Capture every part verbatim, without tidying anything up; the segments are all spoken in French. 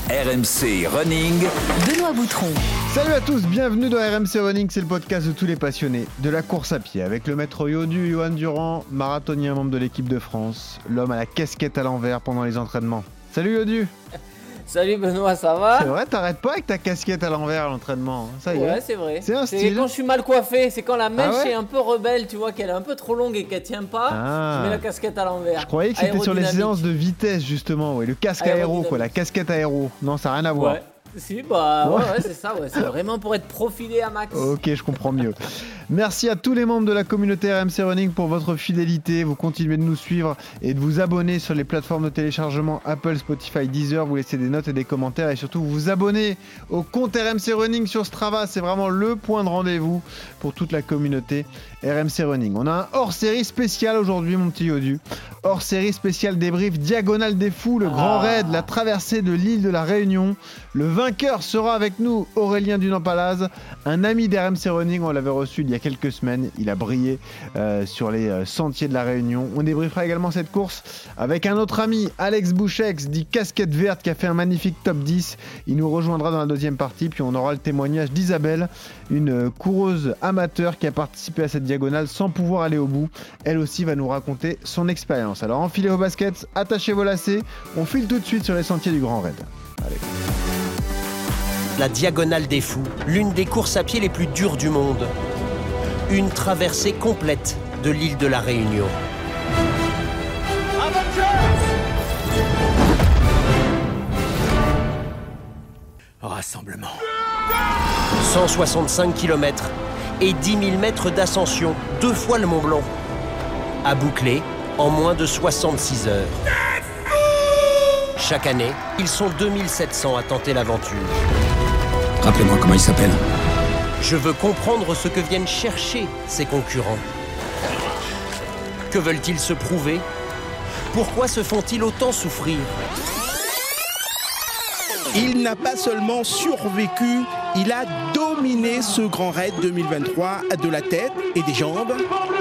R M C Running, Benoît Boutron. Salut à tous, bienvenue dans R M C Running, c'est le podcast de tous les passionnés de la course à pied. Avec le maître Yodu, Johan Durand, marathonien, membre de l'équipe de France, l'homme à la casquette à l'envers pendant les entraînements. Salut Yodu. Salut Benoît, ça va? C'est vrai, t'arrêtes pas avec ta casquette à l'envers à l'entraînement, ça y est. Ouais, c'est vrai. C'est un c'est style. quand je suis mal coiffé, c'est quand la mèche Ah ouais est un peu rebelle, tu vois, qu'elle est un peu trop longue et qu'elle tient pas, Ah. je mets la casquette à l'envers. Je croyais que c'était sur les Aérodynamique. séances de vitesse justement, ouais, le casque aéro Aérodynamique. quoi, la casquette aéro. Non, ça n'a rien à voir. Ouais. Si, bah Ouais. ouais, ouais, c'est ça, ouais. C'est vraiment pour être profilé à max. Ok, je comprends mieux. Merci à tous les membres de la communauté R M C Running pour votre fidélité. Vous continuez de nous suivre et de vous abonner sur les plateformes de téléchargement Apple, Spotify, Deezer. Vous laissez des notes et des commentaires et surtout vous vous abonnez au compte R M C Running sur Strava. C'est vraiment le point de rendez-vous pour toute la communauté R M C Running. On a un hors-série spécial aujourd'hui, mon petit Yodu. Hors-série spécial débrief Diagonale des Fous, le Ah. grand raid, la traversée de l'île de la Réunion. Le vainqueur sera avec nous, Aurélien Dunant-Palaz, un ami d'R M C Running. On l'avait reçu il y a quelques semaines. Il a brillé euh, sur les euh, sentiers de la Réunion. On débriefera également cette course avec un autre ami, Alex Bouchex, dit Casquette Verte, qui a fait un magnifique top dix. Il nous rejoindra dans la deuxième partie. Puis on aura le témoignage d'Isabelle, une euh, coureuse amateur qui a participé à cette diagonale sans pouvoir aller au bout. Elle aussi va nous raconter son expérience. Alors enfilez vos baskets, attachez vos lacets. On file tout de suite sur les sentiers du Grand Raid. Allez. La Diagonale des Fous, l'une des courses à pied les plus dures du monde. Une traversée complète de l'île de la Réunion. rassemblement. cent soixante-cinq kilomètres et dix mille mètres d'ascension, deux fois le Mont Blanc. À boucler en moins de soixante-six heures. Chaque année, ils sont deux mille sept cents à tenter l'aventure. Rappelez-moi comment il s'appelle. Je veux comprendre ce que viennent chercher ces concurrents. Que veulent-ils se prouver? Pourquoi se font-ils autant souffrir? Il n'a pas seulement survécu, il a dominé ce Grand Raid deux mille vingt-trois de la tête et des jambes.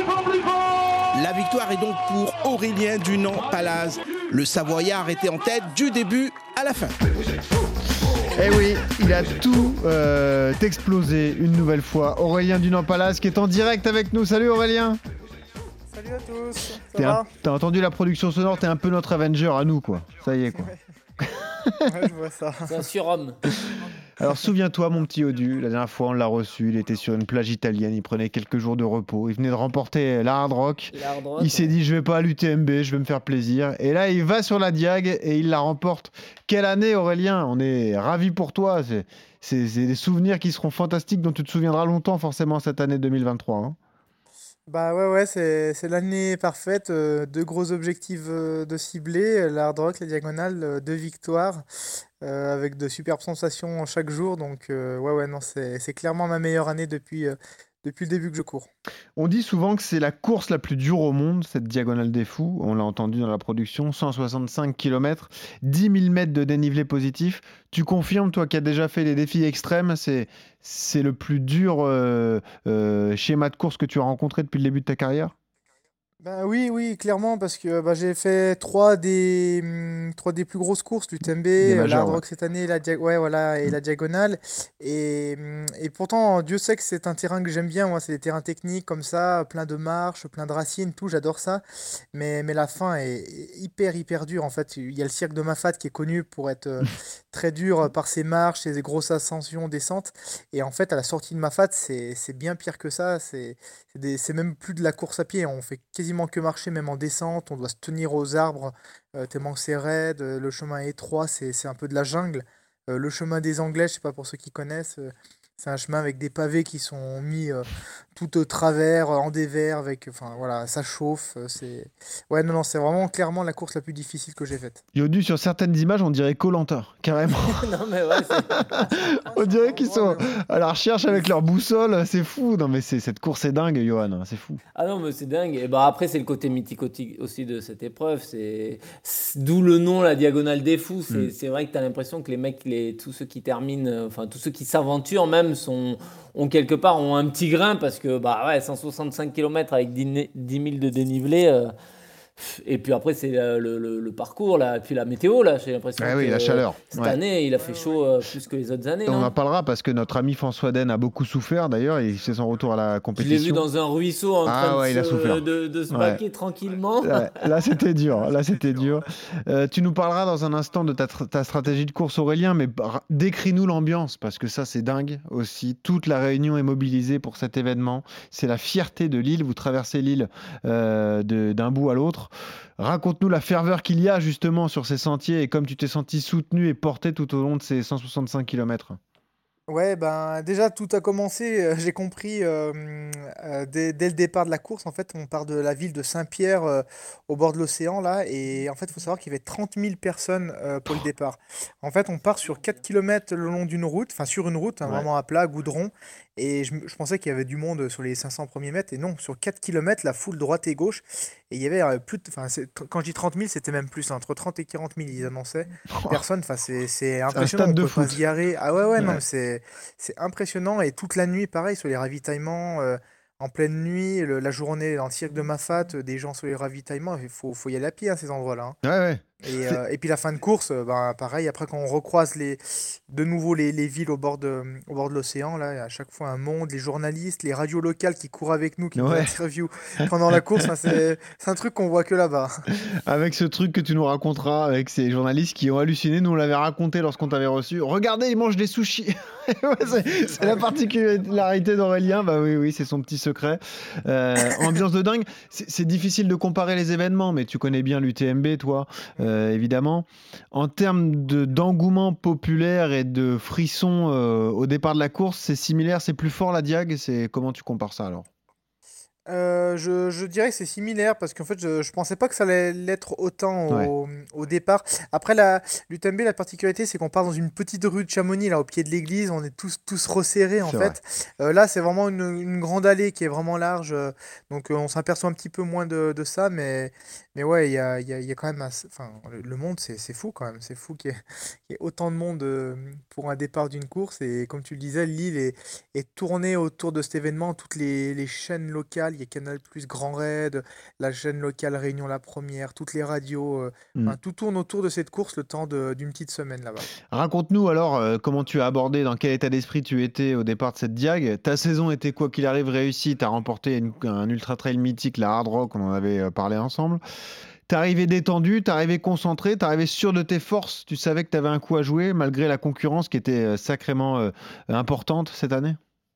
La victoire est donc pour Aurélien Dunant-Palaz. Le Savoyard était en tête du début à la fin. Eh oui, il a tout euh, explosé une nouvelle fois. Aurélien Dunant-Palaz qui est en direct avec nous. Salut Aurélien. Salut à tous, ça T'es va un- T'as entendu la production sonore, t'es un peu notre Avenger à nous quoi. Ça y est quoi. Ouais, je vois ça. C'est un surhomme. Alors souviens-toi mon petit Odu, la dernière fois on l'a reçu, il était sur une plage italienne, il prenait quelques jours de repos, il venait de remporter la Hard Rock. Il a hard rock, Il s'est ouais. dit je vais pas à l'U T M B, je vais me faire plaisir. Et là il va sur la Diag et il la remporte. Quelle année Aurélien, on est ravis pour toi. C'est, c'est, c'est des souvenirs qui seront fantastiques dont tu te souviendras longtemps forcément cette année deux mille vingt-trois. Hein. Bah ouais, ouais, c'est, c'est l'année parfaite. euh, deux gros objectifs euh, de cibler, la hard rock, la diagonale, euh, deux victoires, euh, avec de superbes sensations chaque jour. Donc euh, ouais, ouais, non, c'est, c'est clairement ma meilleure année depuis, euh, depuis le début que je cours. On dit souvent que c'est la course la plus dure au monde, cette Diagonale des Fous. On l'a entendu dans la production, cent soixante-cinq kilomètres, dix mille mètres de dénivelé positif. Tu confirmes, toi qui as déjà fait des défis extrêmes, c'est, c'est le plus dur euh, euh, schéma de course que tu as rencontré depuis le début de ta carrière? Bah oui, oui, clairement, parce que bah, j'ai fait trois des, hum, trois des plus grosses courses, l'U T M B, Des euh, la majeures, Hard ouais. Rock cette année, la, dia- ouais, voilà, et Mm. la Diagonale. Et, hum, et pourtant, Dieu sait que c'est un terrain que j'aime bien, moi, c'est des terrains techniques comme ça, plein de marches, plein de racines, tout, j'adore ça. Mais, mais la fin est hyper, hyper dure, en fait. Il y a le cirque de Mafat qui est connu pour être euh, très dur par ses marches, ses grosses ascensions, descentes. Et en fait, à la sortie de Mafat, c'est, c'est bien pire que ça. C'est, c'est des- c'est même plus de la course à pied. On fait quasiment que marcher, même en descente. On doit se tenir aux arbres euh, tellement que c'est raide. euh, Le chemin est étroit. C'est, c'est un peu de la jungle. Euh, le chemin des Anglais, je sais pas pour ceux qui connaissent, euh, c'est un chemin avec des pavés qui sont mis euh, tout au travers, euh, en dévers. Avec, enfin voilà, ça chauffe. euh, C'est, ouais, non, non, c'est vraiment clairement la course la plus difficile que j'ai faite. Yodu, sur certaines images, on dirait Koh-Lanta, carrément. Non mais ouais, c'est... On dirait qu'ils sont Ouais, mais- à la recherche avec leur boussole, c'est fou. Non mais c'est, cette course est dingue, Johan, hein, c'est fou. Ah non, mais c'est dingue. Et bah après, c'est le côté mythique oti- aussi de cette épreuve. C'est c'est- d'où le nom, la Diagonale des Fous. C'est Mm. c'est vrai que tu as l'impression que les mecs, les... tous ceux qui terminent, euh, enfin tous ceux qui s'aventurent même, sont... ont quelque part ont un petit grain parce que bah ouais, cent soixante-cinq kilomètres avec dix mille de dénivelé. euh, Et puis après, c'est le, le, le parcours, là, et puis la météo, là, j'ai l'impression Ah que oui, la chaleur. cette Ouais. année, il a fait chaud euh, plus que les autres années. On non en parlera parce que notre ami François Den a beaucoup souffert d'ailleurs. Il fait son retour à la Je l'ai compétition. vu dans un ruisseau en Ah train ouais, de, il a se, souffert. de, de se Ouais. baquer tranquillement. Ouais, là, c'était dur. Là, c'était dur. Euh, tu nous parleras dans un instant de ta, tr- ta stratégie de course, Aurélien, mais par- décris-nous l'ambiance parce que ça, c'est dingue aussi. Toute la Réunion est mobilisée pour cet événement. C'est la fierté de l'île. Vous traversez l'île euh, de- d'un bout à l'autre. Raconte-nous la ferveur qu'il y a justement sur ces sentiers et comme tu t'es senti soutenu et porté tout au long de ces cent soixante-cinq kilomètres. Ouais, ben déjà tout a commencé, euh, j'ai compris euh, hum, euh, dès, dès le départ de la course. En fait, on part de la ville de Saint-Pierre euh, au bord de l'océan là, et en fait, il faut savoir qu'il y avait trente mille personnes euh, pour le départ. En fait, on part sur quatre kilomètres le long d'une route, enfin sur une route, hein, Ouais. vraiment à plat, goudron, et je, me- je pensais qu'il y avait du monde sur les cinq cents premiers mètres, et non, sur quatre kilomètres, la foule droite et gauche, et il y avait euh, plus de, enfin, c'est- quand je dis trente mille, c'était même plus, hein, entre trente et quarante mille, ils annonçaient. Personne, enfin, c'est c'est C'est un impressionnant, stade on de peut pas se foot. garer. Ah ouais, ouais, non, Ouais. mais c'est. C'est impressionnant et toute la nuit, pareil, sur les ravitaillements, euh, en pleine nuit, le- la journée dans le cirque de Mafat, euh, des gens sur les ravitaillements, il faut, faut y aller à pied à ces endroits-là, hein. Ouais, ouais. Et, C'est- euh, et puis la fin de course, euh, ben, pareil, après quand on recroise les, de nouveau les, les villes au bord de, au bord de l'océan, là, il y a à chaque fois un monde, les journalistes, les radios locales qui courent avec nous, qui nous Ouais. interviewent pendant la course, enfin, c'est c'est un truc qu'on voit que là-bas. Avec ce truc que tu nous raconteras avec ces journalistes qui ont halluciné, nous on l'avait raconté lorsqu'on t'avait reçu. Regardez, ils mangent des sushis. Ouais, c'est c'est la particularité d'Aurélien. Bah oui, oui, c'est son petit secret. Euh, ambiance de dingue. C'est c'est difficile de comparer les événements, mais tu connais bien l'U T M B, toi, euh, évidemment. En termes de- d'engouement populaire et de frisson euh, au départ de la course, c'est similaire, c'est plus fort la Diag. C'est comment tu compares ça alors? Euh, je, je dirais que c'est similaire parce qu'en fait, je, je pensais pas que ça allait l'être autant Ouais, au, au départ. Après, la, l'U T M B, la particularité, c'est qu'on part dans une petite rue de Chamonix, là, au pied de l'église. On est tous, tous resserrés, en c'est vrai. fait. Euh, là, c'est vraiment une, une grande allée qui est vraiment large. euh, donc, euh, on s'aperçoit un petit peu moins de, de ça. Mais, mais ouais, il y a, il y a, il y a quand même. assez- Enfin, le, le monde, c'est, c'est fou quand même. C'est fou qu'il y ait, qu'il y ait autant de monde euh, pour un départ d'une course. Et comme tu le disais, l'île est est tourné autour de cet événement. Toutes les, les chaînes locales, il y a Canal+, Grand Raid, la chaîne locale Réunion La Première, toutes les radios, euh, Hmm. enfin, tout tourne autour de cette course le temps de- d'une petite semaine là-bas. Raconte-nous alors euh, comment tu as abordé, dans quel état d'esprit tu étais au départ de cette Diag. Ta saison était quoi qu'il arrive réussie, tu as remporté une- un ultra trail mythique, la Hard Rock, on en avait euh, parlé ensemble. T'es arrivé détendu, t'es arrivé concentré, t'es arrivé sûr de tes forces, tu savais que t'avais un coup à jouer malgré la concurrence qui était euh, sacrément euh, importante cette année?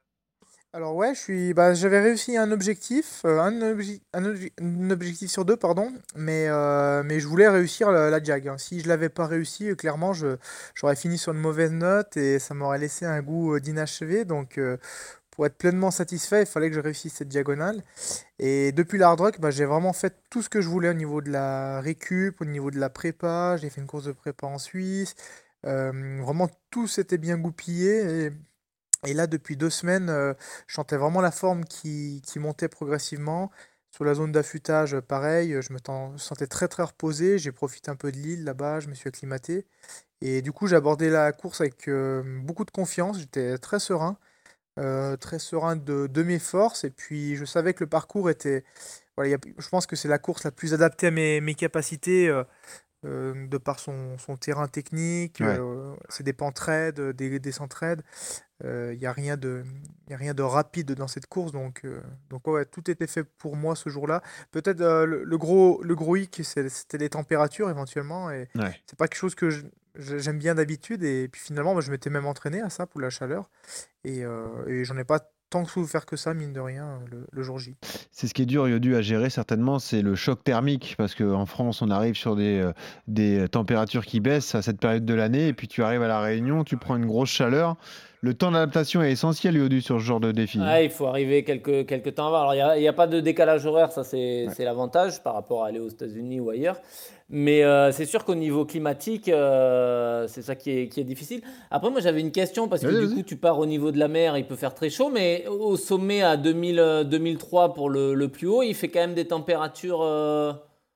Alors ouais, je suis, bah, j'avais réussi un objectif, euh, un, obje- un, obje- un objectif sur deux, pardon, mais, euh, mais je voulais réussir la, la Jag, hein. Si je l'avais pas réussi, euh, clairement, je, j'aurais fini sur une mauvaise note et ça m'aurait laissé un goût euh, d'inachevé. Donc, euh, pour être pleinement satisfait, il fallait que je réussisse cette diagonale. Et depuis la hard rock, bah, j'ai vraiment fait tout ce que je voulais au niveau de la récup, au niveau de la prépa. J'ai fait une course de prépa en Suisse. Euh, vraiment, tout s'était bien goupillé. Et, et là, depuis deux semaines, euh, je sentais vraiment la forme qui, qui montait progressivement. Sur la zone d'affûtage, pareil, je me ten- sentais très très reposé. J'ai profité un peu de l'île là-bas, je me suis acclimaté. Et du coup, j'ai abordé la course avec euh, beaucoup de confiance. J'étais très serein, euh, très serein de, de mes forces. Et puis, je savais que le parcours était. Voilà, il y a- je pense que c'est la course la plus adaptée à mes, mes capacités. euh, euh, de par son, son terrain technique, Ouais. euh, c'est des pentes raides, des descentes raides. Il n'y a rien de, y a rien de rapide dans cette course, donc, euh, donc ouais, tout était fait pour moi ce jour-là. Peut-être euh, le, le gros, le gros hic, c'est- c'était les températures éventuellement, et Ouais. c'est pas quelque chose que je- je- j'aime bien d'habitude, et puis finalement, bah, je m'étais même entraîné à ça pour la chaleur, et, euh, et j'en ai pas tant souffert que ça, mine de rien, le, le jour J. C'est ce qui est dur, Yodu, à gérer certainement, c'est le choc thermique parce qu'en France, on arrive sur des, euh, des températures qui baissent à cette période de l'année et puis tu arrives à La Réunion, tu prends une grosse chaleur. Le temps d'adaptation est essentiel, Yodu, sur ce genre de défi, hein. Ah, il faut arriver quelques, quelques temps avant. Alors, il n'y a, il y a pas de décalage horaire, ça c'est Ouais. c'est l'avantage par rapport à aller aux États-Unis ou ailleurs. Mais euh, c'est sûr qu'au niveau climatique, euh, c'est ça qui est, qui est difficile. Après, moi j'avais une question parce que Vas-y, du vas-y. coup, tu pars au niveau de la mer, il peut faire très chaud, mais au sommet à deux mille, euh, deux mille trois pour le, le plus haut, il fait quand même des températures. euh,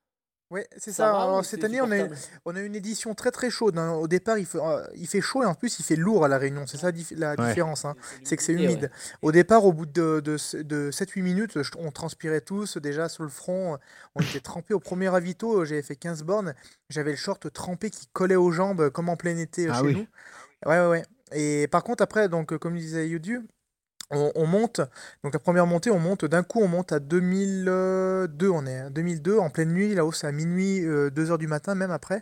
Ouais, c'est Ça ça. va Alors, ou cette c'est année, on a, supportable? on a une édition très très chaude, hein. Au départ, il fait, euh, il fait chaud et en plus, il fait lourd à La Réunion. C'est ça dif- la Ouais. différence, hein. C'est c'est C'est que c'est l'humidité, ouais. humide. Au départ, au bout de, de, de sept huit minutes, je- on transpirait tous déjà sur le front. On était trempés au premier ravito. J'avais fait quinze bornes. J'avais le short trempé qui collait aux jambes comme en plein été euh, Ah chez oui. nous. Ouais, ouais, ouais. Et par contre, après, donc, euh, comme disait Yudu, on, on monte, donc la première montée, on monte d'un coup, on monte à deux mille deux, on est à deux mille deux en pleine nuit, là-haut c'est à minuit, euh, deux heures du matin même après.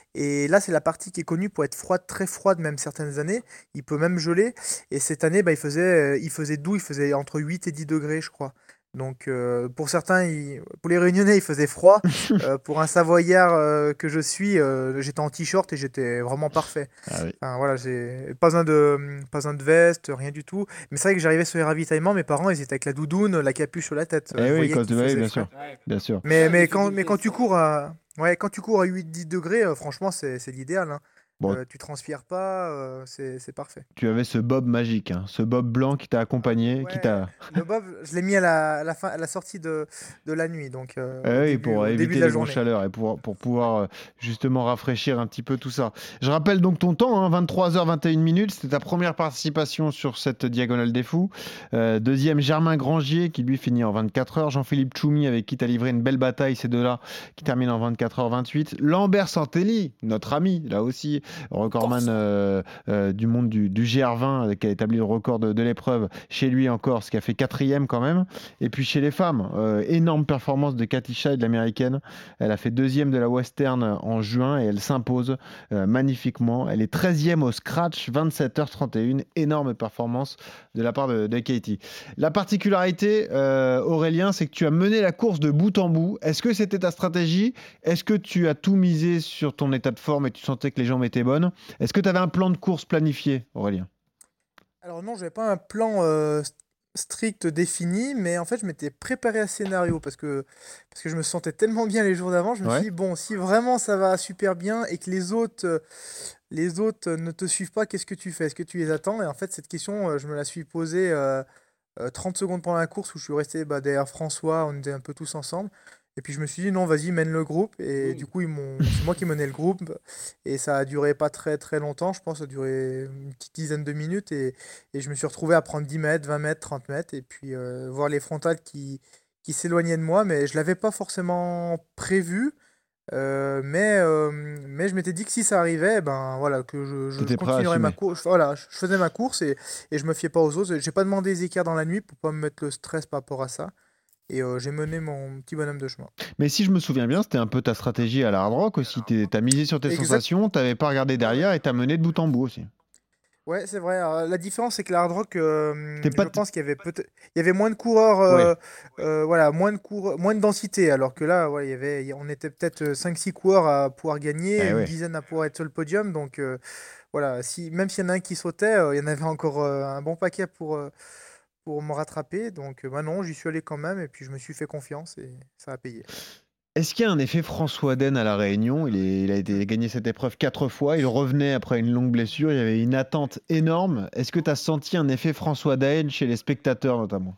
Et là c'est la partie qui est connue pour être froide, très froide même certaines années, il peut même geler. Et cette année, bah, il faisait, euh, il faisait doux, il faisait entre huit et dix degrés je crois. Donc euh, pour certains, il- pour les Réunionnais, il faisait froid. Euh, pour un Savoyard euh, que je suis, euh, j'étais en t-shirt et j'étais vraiment parfait. Ah oui. Enfin, voilà, j'ai pas besoin de, pas besoin de veste, rien du tout. Mais c'est vrai que j'arrivais sur les ravitaillements, mes parents, ils étaient avec la doudoune, la capuche sur la tête. Eh Je oui, voyais quand, qu'il oui, faisait bien frais. sûr. Ouais. Bien sûr. Mais, La mais quand, mais difficulté, quand tu c'est cours à, ouais, quand tu cours à huit dix degrés, euh, franchement, c'est, c'est l'idéal, hein. Bon, Euh, tu transpires pas, euh, c'est, c'est parfait. tu avais ce bob magique, hein, ce bob blanc qui t'a accompagné, qui Ouais, t'a. le bob, je l'ai mis à la, à la fin, à la sortie de, de la nuit, donc euh, Eh au oui, début, pour au début éviter de la les grosses journée. chaleurs et pour, pour pouvoir euh, justement rafraîchir un petit peu tout ça. Je rappelle donc ton temps, hein, vingt-trois heures vingt et une minutes. C'était ta première participation sur cette Diagonale des Fous. Euh, deuxième, Germain Grangier qui lui finit en vingt-quatre heures. Jean-Philippe Choumi avec qui tu as livré une belle bataille, ces deux-là, qui terminent en vingt-quatre heures vingt-huit. Lambert Santelli, notre ami, là aussi, recordman euh, euh, du monde du, du G R vingt, euh, qui a établi le record de, de l'épreuve chez lui en Corse, qui a fait quatrième quand même. Et puis chez les femmes, euh, énorme performance de Cathy Scheid, l'américaine. Elle a fait deuxième de la Western en juin et elle s'impose euh, magnifiquement. Elle est treizième au scratch, vingt-sept heures trente et un. Énorme performance de la part de, de Katie. La particularité, euh, Aurélien, c'est que tu as mené la course de bout en bout. Est-ce que c'était ta stratégie? Est-ce que tu as tout misé sur ton état de forme et tu sentais que les jambes étaient bonnes? Est-ce que tu avais un plan de course planifié, Aurélien? Alors non, j'avais pas un plan euh, st- strict défini, mais en fait, je m'étais préparé un scénario parce que, parce que je me sentais tellement bien les jours d'avant. Je me suis Ouais. dit, bon, si vraiment ça va super bien et que les autres, euh, les autres euh, ne te suivent pas, qu'est-ce que tu fais? Est-ce que tu les attends? Et en fait, cette question, euh, je me la suis posée euh, euh, trente secondes pendant la course où je suis resté bah, derrière François, on était un peu tous ensemble. Et puis je me suis dit, non, vas-y, mène le groupe. Et du Oui. coup, ils m'ont... c'est moi qui menais le groupe. Et ça a duré pas très très longtemps, je pense, ça a duré une petite dizaine de minutes. Et, et je me suis retrouvé à prendre dix mètres, vingt mètres, trente mètres. Et puis euh, voir les frontales qui, qui s'éloignaient de moi. Mais je l'avais pas forcément prévu. Euh, mais, euh, mais je m'étais dit que si ça arrivait, ben voilà, que je, je- je T'étais prêt à continuerais ma assumer. course. Voilà, je je faisais ma course et, et je me fiais pas aux autres. J'ai pas demandé les écarts dans la nuit pour pas me mettre le stress par rapport à ça. Et euh, j'ai mené mon petit bonhomme de chemin. Mais si je me souviens bien, c'était un peu ta stratégie à la Hard Rock aussi. Tu as misé sur tes Exact. sensations, tu n'avais pas regardé Ouais, ouais. derrière et tu as mené de bout en bout aussi. Ouais, c'est vrai. Alors, la différence, c'est que la hard rock, euh, T'es pas je t- pense qu'il y avait peut-être, il y avait moins de coureurs, Ouais. euh, euh, voilà, moins de coureurs, moins de densité. Alors que là, ouais, il y avait, il y- on était peut-être cinq six coureurs à pouvoir gagner, Eh une ouais. dizaine à pouvoir être sur le podium. Donc euh, voilà, si, même s'il y en a un qui sautait, euh, il y en avait encore euh, un bon paquet pour, euh, pour me rattraper. Donc euh, bah non, j'y suis allé quand même et puis je me suis fait confiance et ça a payé. Est-ce qu'il y a un effet François Den à La Réunion? Il, est- il a été gagné cette épreuve quatre fois. Il revenait après une longue blessure. Il y avait une attente énorme. Est-ce que tu as senti un effet François Den chez les spectateurs notamment?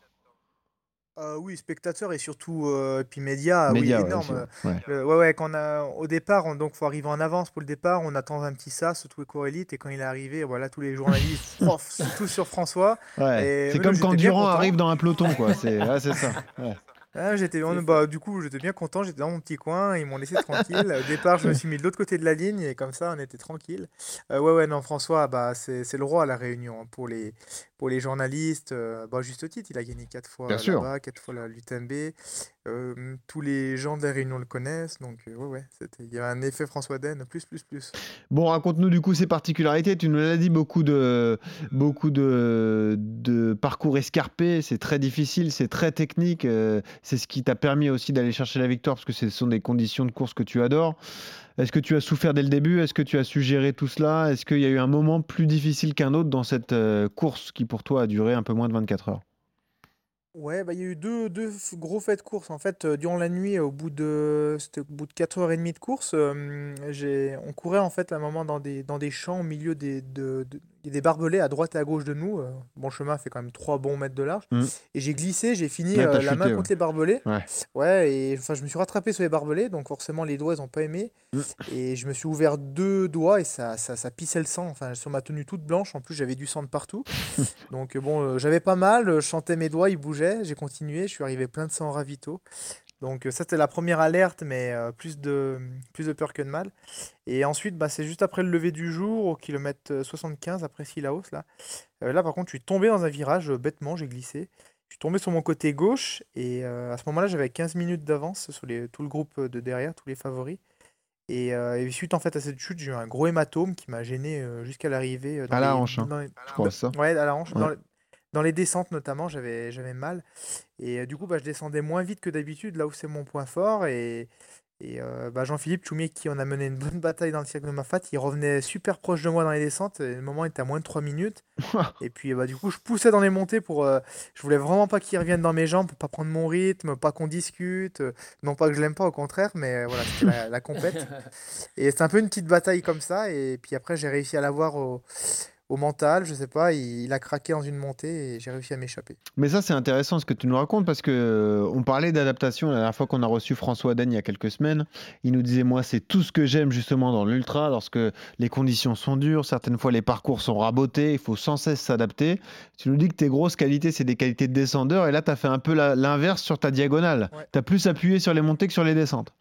Euh, oui, spectateurs et surtout euh, et puis médias, oui, Médias, ouais, énorme. aussi. Ouais. euh, Ouais. le- ouais, ouais, quand on a, au départ, on, donc faut arriver en avance pour le départ, on attend un petit sas, surtout les cours élites, et quand il est arrivé, voilà, tous les journalistes, prof, c'est tous sur François. Ouais. Et C'est mais nous, comme quand j'étais bien Durand content. arrive dans un peloton, quoi. C'est ouais, c'est ça. Ouais. Ah, j'étais, on- C'est bah, ça. du coup, j'étais bien content, j'étais dans mon petit coin, ils m'ont laissé tranquille. Au départ, je me suis mis de l'autre côté de la ligne, et comme ça, on était tranquille. Euh, ouais, ouais, non, François, bah, c'est, c'est le roi à La Réunion, hein, pour les, pour les journalistes. Euh, bah, juste titre, il a gagné quatre Bien fois sûr. là-bas, quatre fois la l'U T M B. Euh, tous les gens de La Réunion le connaissent, donc euh, ouais, ouais, c'était, il y a un effet François Den, plus, plus, plus. Bon, raconte-nous du coup ses particularités. Tu nous l'as dit, beaucoup de, beaucoup de, de parcours escarpés. C'est très difficile, c'est très technique. euh, c'est ce qui t'a permis aussi d'aller chercher la victoire parce que ce sont des conditions de course que tu adores. Est-ce que tu as souffert dès le début? Est-ce que tu as su gérer tout cela? Est-ce qu'il y a eu un moment plus difficile qu'un autre dans cette euh, course qui pour toi a duré un peu moins de vingt-quatre heures? Ouais, bah, il y a eu deux, deux f- gros faits de course. En fait, euh, durant la nuit, au bout de, c'était au bout de quatre heures trente de course, euh, j'ai, on courait en fait à un moment dans des, dans des champs au milieu des, de, de- il y a des barbelés à droite et à gauche de nous. euh, Mon chemin fait quand même trois bons mètres de large. Mm. Et j'ai glissé, j'ai fini Ouais, t'as euh, la main chuté, ouais. contre les barbelés. Ouais. Ouais, et enfin, je me suis rattrapé sur les barbelés, donc forcément les doigts ils ont pas aimé. Mm. Et je me suis ouvert deux doigts et ça, ça, ça pissait le sang. Enfin, sur ma tenue toute blanche, en plus j'avais du sang de partout. Donc euh, bon, euh, j'avais pas mal, euh, je sentais mes doigts, ils bougeaient. J'ai continué, je suis arrivé plein de sang en ravito. Donc euh, ça c'était la première alerte, mais euh, plus de, plus de peur que de mal. Et ensuite, bah, c'est juste après le lever du jour, au kilomètre euh, soixante-quinze, après Sillaos, là. Euh, là, par contre, je suis tombé dans un virage, euh, bêtement, j'ai glissé. Je suis tombé sur mon côté gauche, et euh, à ce moment-là, j'avais quinze minutes d'avance sur les, tout le groupe de derrière, tous les favoris. Et, euh, et suite en fait à cette chute, j'ai eu un gros hématome qui m'a gêné euh, jusqu'à l'arrivée euh, dans À la les, hanche, hein, dans les- je crois, dans- c'est ça. ouais, à la hanche. Ouais. Dans, les- dans les descentes notamment, j'avais j'avais mal. Et euh, du coup, bah, je descendais moins vite que d'habitude, là où c'est mon point fort. Et, et euh, bah, Jean-Philippe Choumi, avec qui on a mené une bonne bataille dans le cirque de Mafat, il revenait super proche de moi dans les descentes. Et le moment était à moins de trois minutes. Et puis bah, du coup, je poussais dans les montées pour. euh, je voulais vraiment pas qu'il revienne dans mes jambes, pour pas prendre mon rythme, pas qu'on discute. euh, non pas que je l'aime pas, au contraire, mais euh, voilà, c'était la, la compète. Et c'est un peu une petite bataille comme ça. Et puis après, j'ai réussi à l'avoir au, au mental, je sais pas. Il, il a craqué dans une montée et j'ai réussi à m'échapper. Mais ça, c'est intéressant ce que tu nous racontes parce que euh, on parlait d'adaptation la dernière fois qu'on a reçu François Den il y a quelques semaines. Il nous disait, moi, c'est tout ce que j'aime justement dans l'ultra, lorsque les conditions sont dures, certaines fois les parcours sont rabotés, il faut sans cesse s'adapter. Tu nous dis que tes grosses qualités, c'est des qualités de descendeur et là, tu as fait un peu la- l'inverse sur ta diagonale. Ouais. Tu as plus appuyé sur les montées que sur les descentes.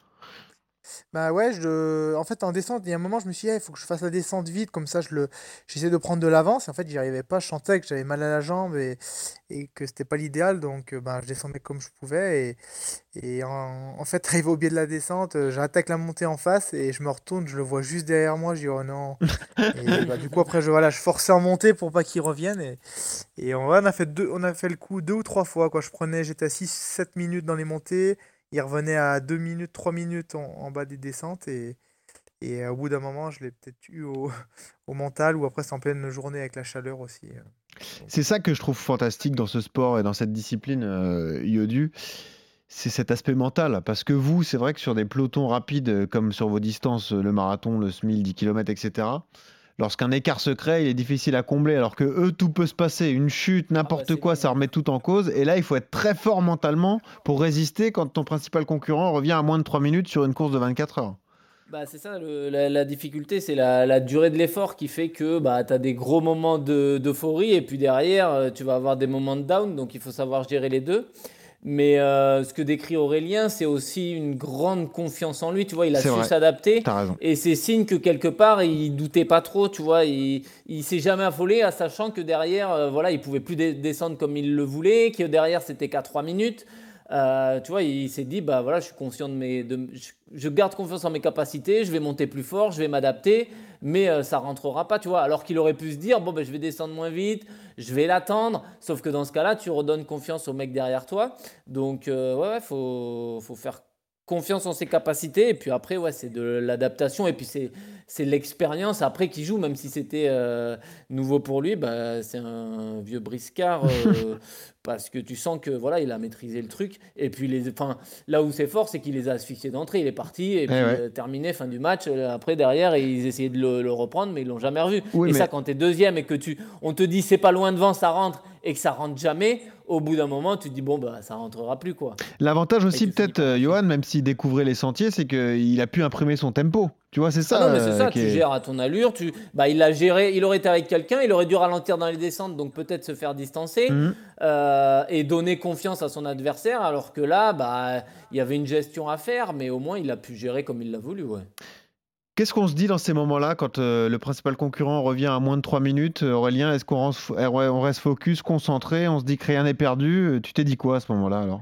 Bah ouais, je... en fait en descente, il y a un moment, je me suis dit, ah, il faut que je fasse la descente vite, comme ça je le... j'essaie de prendre de l'avance. Et en fait, j'y arrivais pas, je sentais que j'avais mal à la jambe et, et que c'était pas l'idéal, donc euh, bah, je descendais comme je pouvais. Et, et en... en fait, arrivé au biais de la descente, euh, j'attaque la montée en face et je me retourne, je le vois juste derrière moi, je dis oh non. Et bah, du coup, après, je, voilà, je forçais en montée pour pas qu'il revienne. Et, et on, ouais, on a fait deux... on a fait le coup deux ou trois fois, quoi. Je prenais, j'étais à six sept minutes dans les montées. Il revenait à deux minutes, trois minutes en, en bas des descentes et, et euh, au bout d'un moment, je l'ai peut-être eu au, au mental ou après c'est en pleine journée avec la chaleur aussi. euh. Donc, C'est ça que je trouve fantastique dans ce sport et dans cette discipline, euh, Yodu. C'est cet aspect mental. Parce que vous, c'est vrai que sur des pelotons rapides, euh, comme sur vos distances, euh, le marathon, le semi, le dix kilomètres, et cetera, lorsqu'un écart se crée, il est difficile à combler. Alors que eux, tout peut se passer. Une chute, Ah bah n'importe c'est quoi, ça linéaire. remet tout en cause. Et là, il faut être très fort mentalement pour résister quand ton principal concurrent revient à moins de trois minutes sur une course de vingt-quatre heures. Bah, c'est ça, le- la, la difficulté, c'est la, la durée de l'effort qui fait que bah, tu as des gros moments de- d'euphorie et puis derrière, euh, tu vas avoir des moments de down, donc il faut savoir gérer les deux. Mais euh, ce que décrit Aurélien, c'est aussi une grande confiance en lui, tu vois, il a C'est su vrai, s'adapter t'as raison. et c'est signe que quelque part, il doutait pas trop, tu vois, il, il s'est jamais affolé, à sachant que derrière, euh, voilà, il pouvait plus dé- descendre comme il le voulait, que derrière, c'était qu'à trois minutes. Euh, tu vois, il s'est dit, bah voilà, je suis conscient de mes, de- je, je garde confiance en mes capacités, je vais monter plus fort, je vais m'adapter, mais euh, ça rentrera pas, tu vois. Alors qu'il aurait pu se dire, bon, ben, je vais descendre moins vite, je vais l'attendre. Sauf que dans ce cas-là, tu redonnes confiance au mec derrière toi. Donc, euh, ouais, ouais, faut, faut faire confiance en ses capacités. Et puis après, ouais, c'est de l'adaptation. Et puis, c'est, c'est l'expérience après qui joue, même si c'était euh, nouveau pour lui. Bah, c'est un vieux briscard. euh, parce que tu sens que voilà, il a maîtrisé le truc. Et puis, les, enfin, là où c'est fort, c'est qu'il les a asphyxiés d'entrée. Il est parti et Eh puis ouais. euh, terminé, fin du match. Euh, Après, derrière, ils essayaient de le, le reprendre, mais ils l'ont jamais revu. Oui, et mais- ça, quand tu es deuxième et que tu, on te dit c'est pas loin devant, ça rentre, et que ça rentre jamais, au bout d'un moment, tu te dis bon, bah, ça rentrera plus, quoi. L'avantage aussi, Et tu finis peut-être, par euh, lâcher. Johan, même s'il découvrait les sentiers, c'est qu'il a pu imprimer son tempo. Tu vois, c'est ça. Ah non, mais c'est euh, ça, qui tu est- gères à ton allure. Tu, bah, il a géré, il aurait été avec quelqu'un, il aurait dû ralentir dans les descentes, donc peut-être se faire distancer Mhm. euh, et donner confiance à son adversaire, alors que là, bah, il y avait une gestion à faire, mais au moins il a pu gérer comme il l'a voulu. Ouais. Qu'est-ce qu'on se dit dans ces moments-là quand euh, le principal concurrent revient à moins de trois minutes? Euh, Aurélien, est-ce qu'on reste, euh, ouais, on reste focus, concentré, on se dit que rien n'est perdu? Euh, Tu t'es dit quoi à ce moment-là alors?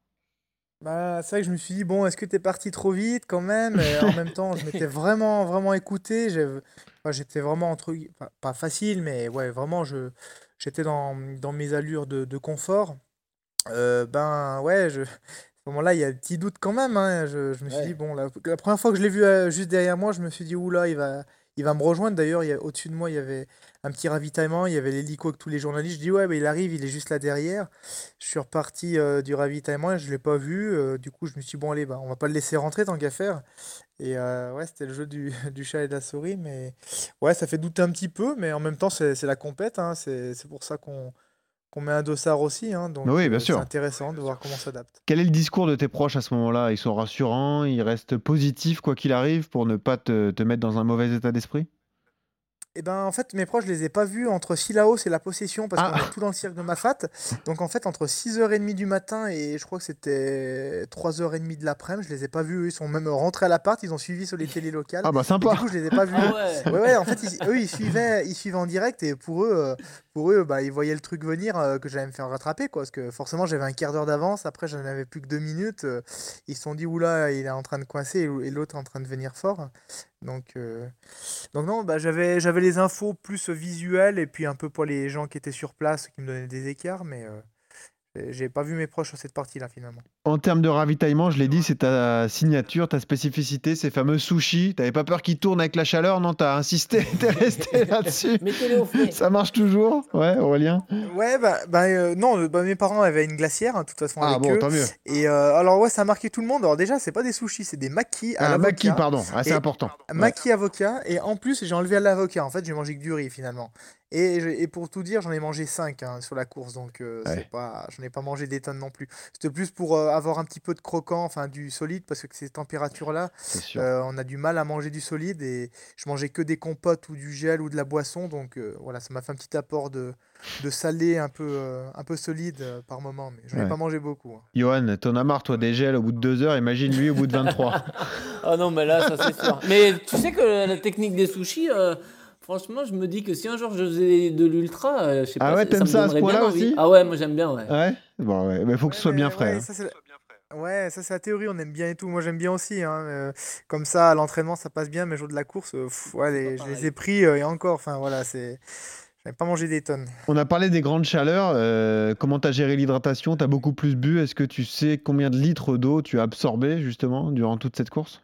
bah, c'est vrai que je me suis dit, bon, est-ce que t'es parti trop vite quand même? Et en même temps, je m'étais vraiment, vraiment écouté. J'ai- enfin, j'étais vraiment entre, gui- enfin, pas facile, mais ouais, vraiment, je, j'étais dans, dans mes allures de, de confort. Euh, ben ouais, je, à ce moment-là, il y a des petits doutes quand même. Hein. Je, je me suis dit, Ouais. bon, la, la première fois que je l'ai vu euh, juste derrière moi, je me suis dit, oula, il va, il va me rejoindre. D'ailleurs, il y a- au-dessus de moi, il y avait un petit ravitaillement, il y avait l'hélico avec tous les journalistes. Je dis, ouais, bah, il arrive, il est juste là derrière. Je suis reparti euh, du ravitaillement et je ne l'ai pas vu. Euh, du coup, je me suis dit, bon, allez, bah, on va pas le laisser rentrer tant qu'à faire. Et euh, ouais, c'était le jeu du, du chat et de la souris. Mais ouais, ça fait douter un petit peu, mais en même temps, c'est c'est la compète, hein. C'est c'est pour ça qu'on qu'on met un dossard aussi, hein. Mais Donc oui, bien euh, c'est sûr. intéressant de voir comment ça s'adapte. Quel est le discours de tes proches à ce moment-là? Ils sont rassurants, ils restent positifs quoi qu'il arrive pour ne pas te, te mettre dans un mauvais état d'esprit? Et ben en fait, mes proches, je les ai pas vus entre Sillaos et la possession parce qu'on est Ah, tout dans le cirque de Mafat. Donc en fait, entre six heures trente du matin et je crois que c'était trois heures trente de l'après-midi, je les ai pas vus. Eux, ils sont même rentrés à l'appart, ils ont suivi sur les télés locales. ah bah Et du sympa. coup, je les ai pas vus. Ah ouais. Ouais, ouais, en fait, ils- eux, ils suivaient, ils suivaient en direct et pour eux, euh, pour eux, bah, ils voyaient le truc venir euh, que j'allais me faire rattraper, quoi. Parce que forcément, j'avais un quart d'heure d'avance. Après, j'en avais plus que deux minutes. euh, Ils se sont dit, oula, il est en train de coincer et et l'autre est en train de venir fort. Donc, euh, donc non, bah, j'avais, j'avais les infos plus visuelles et puis un peu pour les gens qui étaient sur place qui me donnaient des écarts, mais euh, j'ai j'ai pas vu mes proches sur cette partie-là finalement. En termes de ravitaillement, je l'ai dit, c'est ta signature, ta spécificité, ces fameux sushis. T'avais pas peur qu'ils tournent avec la chaleur? Non, t'as insisté, t'es resté là-dessus. Mettez-les au frais. Ça marche toujours? Ouais, Aurélien? Ouais, bah, bah euh, non, euh, bah, mes parents avaient une glacière, hein, de toute façon, Ah avec bon, eux. tant mieux. Et euh, alors, ouais, ça a marqué tout le monde. Alors, déjà, c'est pas des sushis, c'est des makis à Ah, maki, l'avocat. pardon. Ah, c'est Et important. Ouais. maki avocat. Et en plus, j'ai enlevé à l'avocat. En fait, j'ai mangé que du riz finalement. Et, je- et pour tout dire, j'en ai mangé cinq sur la course. Donc, euh, Ouais, c'est pas, j'en ai pas mangé des tonnes non plus. C'était plus pour euh, avoir un petit peu de croquant, enfin, du solide, parce que ces températures-là, c'est sûr. euh, on a du mal à manger du solide. Et je mangeais que des compotes ou du gel ou de la boisson. Donc, euh, voilà, ça m'a fait un petit apport de de salé un peu, euh, un peu solide euh, par moment, mais j'en ai Ouais. pas mangé beaucoup, hein. Johan, t'en as marre, toi, des gels au bout de deux heures. Imagine lui au bout de vingt-trois. Ah non, mais là, ça c'est sûr. Mais tu sais que la technique des sushis, euh, franchement, je me dis que si un jour je faisais de l'ultra, euh, je sais Ah pas, ouais, ça t'aimes me ça à ce donnerait bien point-là envie. aussi? Ah ouais, moi j'aime bien, ouais. Ouais? Bon, ouais, mais il faut que ce Ouais, soit bien mais frais, ouais, hein. ça c'est la... ouais, ça c'est la théorie, on aime bien et tout. Moi j'aime bien aussi, hein, euh, comme ça, à l'entraînement ça passe bien, mais le jour de la course, euh, pff, ouais, C'est pas les- je les ai pareil. pris euh, et encore, enfin voilà, c'est, j'avais pas mangé des tonnes. On a parlé des grandes chaleurs. euh, comment t'as géré l'hydratation? T'as beaucoup plus bu. Est-ce que tu sais combien de litres d'eau tu as absorbé, justement, durant toute cette course?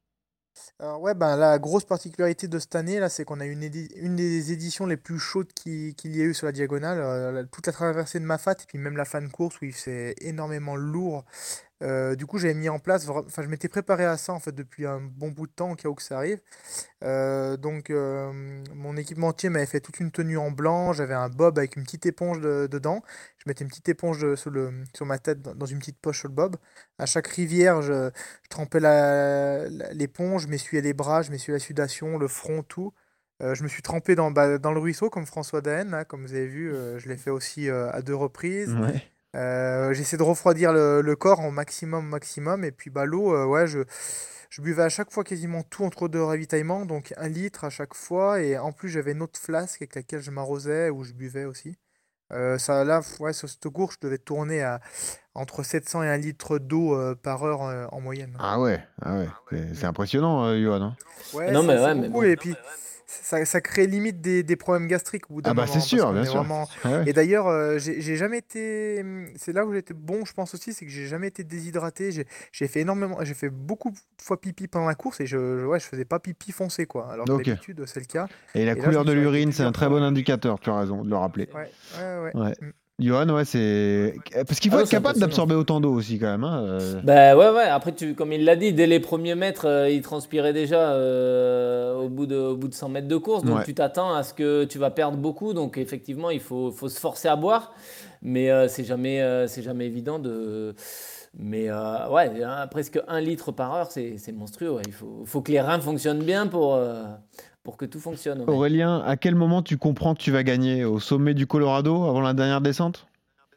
Alors ouais, ben la grosse particularité de cette année là, c'est qu'on a une, édi- une des éditions les plus chaudes qui- qu'il y a eu sur la diagonale, euh, la- toute la traversée de Mafat et puis même la fan course où c'est énormément lourd. Euh, du coup, j'avais mis en place, vra- enfin je m'étais préparé à ça en fait depuis un bon bout de temps au cas où que ça arrive. Euh, donc euh, mon équipementier m'avait fait toute une tenue en blanc, j'avais un bob avec une petite éponge de- dedans. Je mettais une petite éponge de- sur le, sur ma tête dans dans une petite poche sur le bob. À chaque rivière, je, je trempais la- la- l'éponge, je m'essuyais les bras, je m'essuyais la sudation, le front, tout. Euh, je me suis trempé dans, bah, dans le ruisseau comme François Daen, là, comme vous avez vu, euh, je l'ai fait aussi euh, à deux reprises. Ouais. Euh, j'essaie de refroidir le, le corps en maximum, maximum. Et puis bah, l'eau, euh, ouais, je, je buvais à chaque fois quasiment tout entre deux ravitaillements, donc un litre à chaque fois. Et en plus, j'avais une autre flasque avec laquelle je m'arrosais ou je buvais aussi. Euh, ça, là, f- ouais, sur cette course, je devais tourner à entre sept cents et un litre d'eau euh, par heure euh, en moyenne. Ah ouais, ah ouais. C'est c'est Mm. impressionnant, euh, Johan, hein. Ouais, Non, c'est mais c'est ouais, mais beaucoup. bon. Et puis, ça, ça crée limite des, des problèmes gastriques au bout d'un Ah bah c'est moment, parce sûr, qu'on bien est sûr. vraiment. Ah ouais. Et d'ailleurs, euh, j'ai j'ai jamais été. hum, C'est là où j'étais bon, je pense aussi, c'est que j'ai jamais été déshydraté. J'ai j'ai fait énormément. J'ai fait beaucoup de fois pipi pendant la course et je, je- ouais, je faisais pas pipi foncé, quoi. Alors que Ok. d'habitude, c'est le cas. Et la Et là, je couleur me de suis arrêté l'urine, c'est un plusieurs très fois. bon indicateur, tu as raison de le rappeler. Ouais, ouais, ouais. Ouais. Mm. Johan, ouais, c'est. Parce qu'il Ah faut ouais, être c'est capable impressionnant. d'absorber autant d'eau aussi, quand même, hein, euh. Bah ouais, ouais, après, tu, comme il l'a dit, dès les premiers mètres, euh, il transpirait déjà euh, au bout de, au bout de cent mètres de course. Donc Ouais. tu t'attends à ce que tu vas perdre beaucoup. Donc effectivement, il faut, faut se forcer à boire. Mais euh, c'est jamais, euh, c'est jamais évident de. Mais euh, ouais, hein, presque un litre par heure, c'est c'est monstrueux. Ouais. Il faut, faut que les reins fonctionnent bien pour, euh, pour que tout fonctionne. Ouais. Aurélien, à quel moment tu comprends que tu vas gagner? Au sommet du Colorado, avant la dernière descente?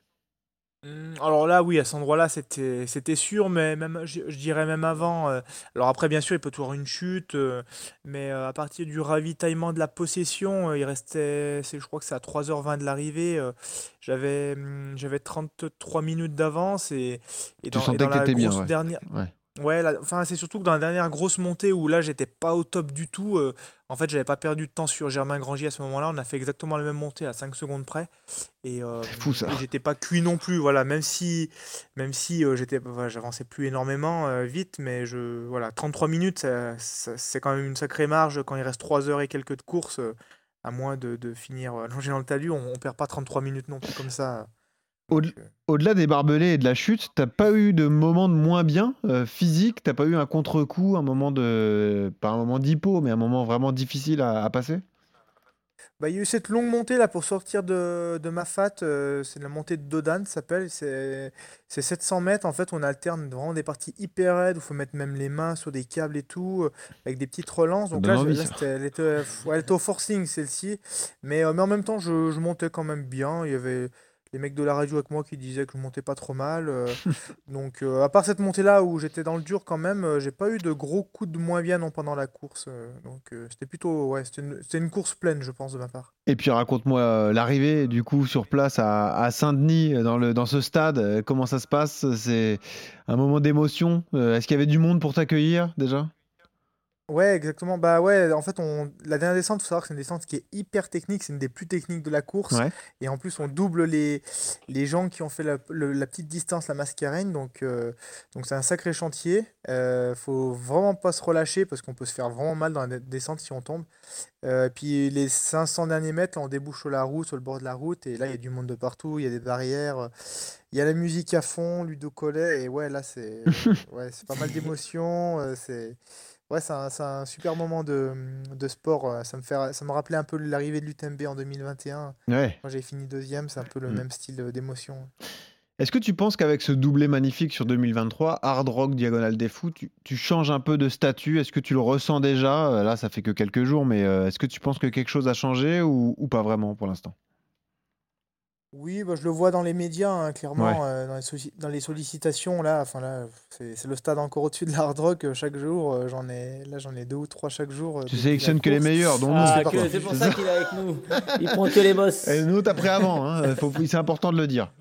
Hum, Alors là, oui, à cet endroit-là, c'était c'était sûr, mais même, je, je dirais même avant. euh, alors après, bien sûr, il peut toujours avoir une chute, euh, mais euh, à partir du ravitaillement de la possession, euh, il restait, c'est, je crois que c'est à trois heures vingt de l'arrivée. euh, j'avais hum, j'avais trente-trois minutes d'avance et, et Tu dans, et sentais dans que la t'étais bien, grosse ouais. dernière. Ouais. Ouais, là, enfin, c'est surtout que dans la dernière grosse montée où là, j'étais pas au top du tout. Euh, en fait, j'avais pas perdu de temps sur Germain Grangier à ce moment-là. On a fait exactement la même montée à cinq secondes près. Et, euh, C'est fou ça. et j'étais pas cuit non plus. Voilà, même si, même si euh, j'étais, voilà, j'avançais plus énormément euh, vite, mais je, voilà, trente-trois minutes, ça- ça- c'est quand même une sacrée marge quand il reste trois heures et quelques de course. euh, à moins de, de finir euh, allongé dans le talus, on, on perd pas trente-trois minutes non plus comme ça. Au- Donc, euh, Au-delà des barbelés et de la chute, t'as pas eu de moment de moins bien euh, physique? T'as pas eu un contre-coup, un moment de, pas un moment d'hypo, mais un moment vraiment difficile à, à passer? Bah, il y a eu cette longue montée là pour sortir de, de Mafat, euh, c'est la montée de Dodane, ça s'appelle, c'est c'est sept cents mètres, en fait on alterne vraiment des parties hyper raides où il faut mettre même les mains sur des câbles et tout, euh, avec des petites relances, Ça donc donne là, je- envie là ça. c'était, elle était, ouais, elle était au forcing celle-ci, mais, euh, mais en même temps je, je montais quand même bien, il y avait les mecs de la radio avec moi qui disaient que je montais pas trop mal, euh, donc euh, à part cette montée-là où j'étais dans le dur quand même, euh, j'ai pas eu de gros coups de moins bien non pendant la course, euh, donc euh, c'était plutôt, ouais, c'était une, c'était une course pleine je pense de ma part. Et puis raconte-moi euh, l'arrivée du coup sur place à, à Saint-Denis euh, dans le dans ce stade. euh, Comment ça se passe? C'est un moment d'émotion. Euh, Est-ce qu'il y avait du monde pour t'accueillir déjà? Ouais, exactement. Bah ouais, en fait, on... la dernière descente, faut savoir que c'est une descente qui est hyper technique, c'est une des plus techniques de la course. Ouais. Et en plus, on double les, les gens qui ont fait la, le- la petite distance, la Mascarène. Donc, euh, donc c'est un sacré chantier. Euh, faut vraiment pas se relâcher parce qu'on peut se faire vraiment mal dans la descente si on tombe. Euh, et puis les cinq cents derniers mètres, là, on débouche sur la route, sur le bord de la route. Et là, il y a du monde de partout, il y a des barrières. Il y a la musique à fond, Ludo Collet. Et ouais, là, c'est ouais, c'est pas mal d'émotions. euh, c'est. Ouais, c'est un, c'est un super moment de, de sport. euh, Ça me fait, ça me rappelait un peu l'arrivée de l'U T M B en deux mille vingt et un. Ouais. Quand j'ai fini deuxième, c'est un peu le Mm. même style euh, d'émotion. Est-ce que tu penses qu'avec ce doublé magnifique sur deux mille vingt-trois, Hard Rock Diagonale des Fous, tu, tu changes un peu de statut? Est-ce que tu le ressens déjà? Euh, Là, ça fait que quelques jours, mais euh, est-ce que tu penses que quelque chose a changé ou, ou pas vraiment pour l'instant? Oui, bah, je le vois dans les médias, hein, Ouais. clairement, euh, dans les, solli- dans les sollicitations, là, enfin là, c'est c'est le stade encore au-dessus de l'hard rock. euh, chaque jour, euh, j'en ai, là, j'en ai deux ou trois chaque jour euh, Tu depuis la sélectionnes que les course. meilleurs, dont nous. Ah, C'est que- quoi. c'est pour C'est ça ça. qu'il est avec nous. Il prend que les boss. Et nous, t'as pris avant, hein. Faut- c'est important de le dire.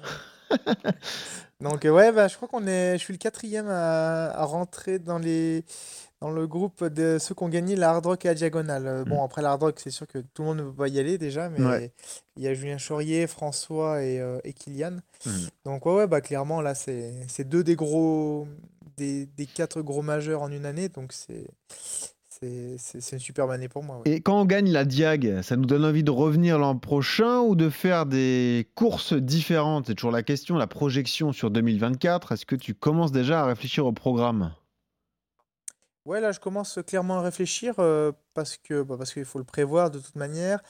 Donc euh, ouais, bah, je crois qu'on est, je suis le quatrième à, à rentrer dans les, dans le groupe de ceux qui ont gagné la Hard Rock et la Diagonale. Euh, Mm. Bon, après la Hard Rock, c'est sûr que tout le monde ne peut pas y aller déjà, Ouais. mais il y a Julien Chaurier, François et, euh, et Kylian. Mm. Donc ouais, ouais, bah clairement là, c'est c'est deux des gros, des, des quatre gros majeurs en une année, donc c'est c'est c'est c'est une superbe année pour moi. Ouais. Et quand on gagne la Diag, ça nous donne envie de revenir l'an prochain ou de faire des courses différentes? C'est toujours la question, la projection sur deux mille vingt-quatre. Est-ce que tu commences déjà à réfléchir au programme? Ouais, là, je commence clairement à réfléchir euh, parce que bah, parce qu'il faut le prévoir de toute manière.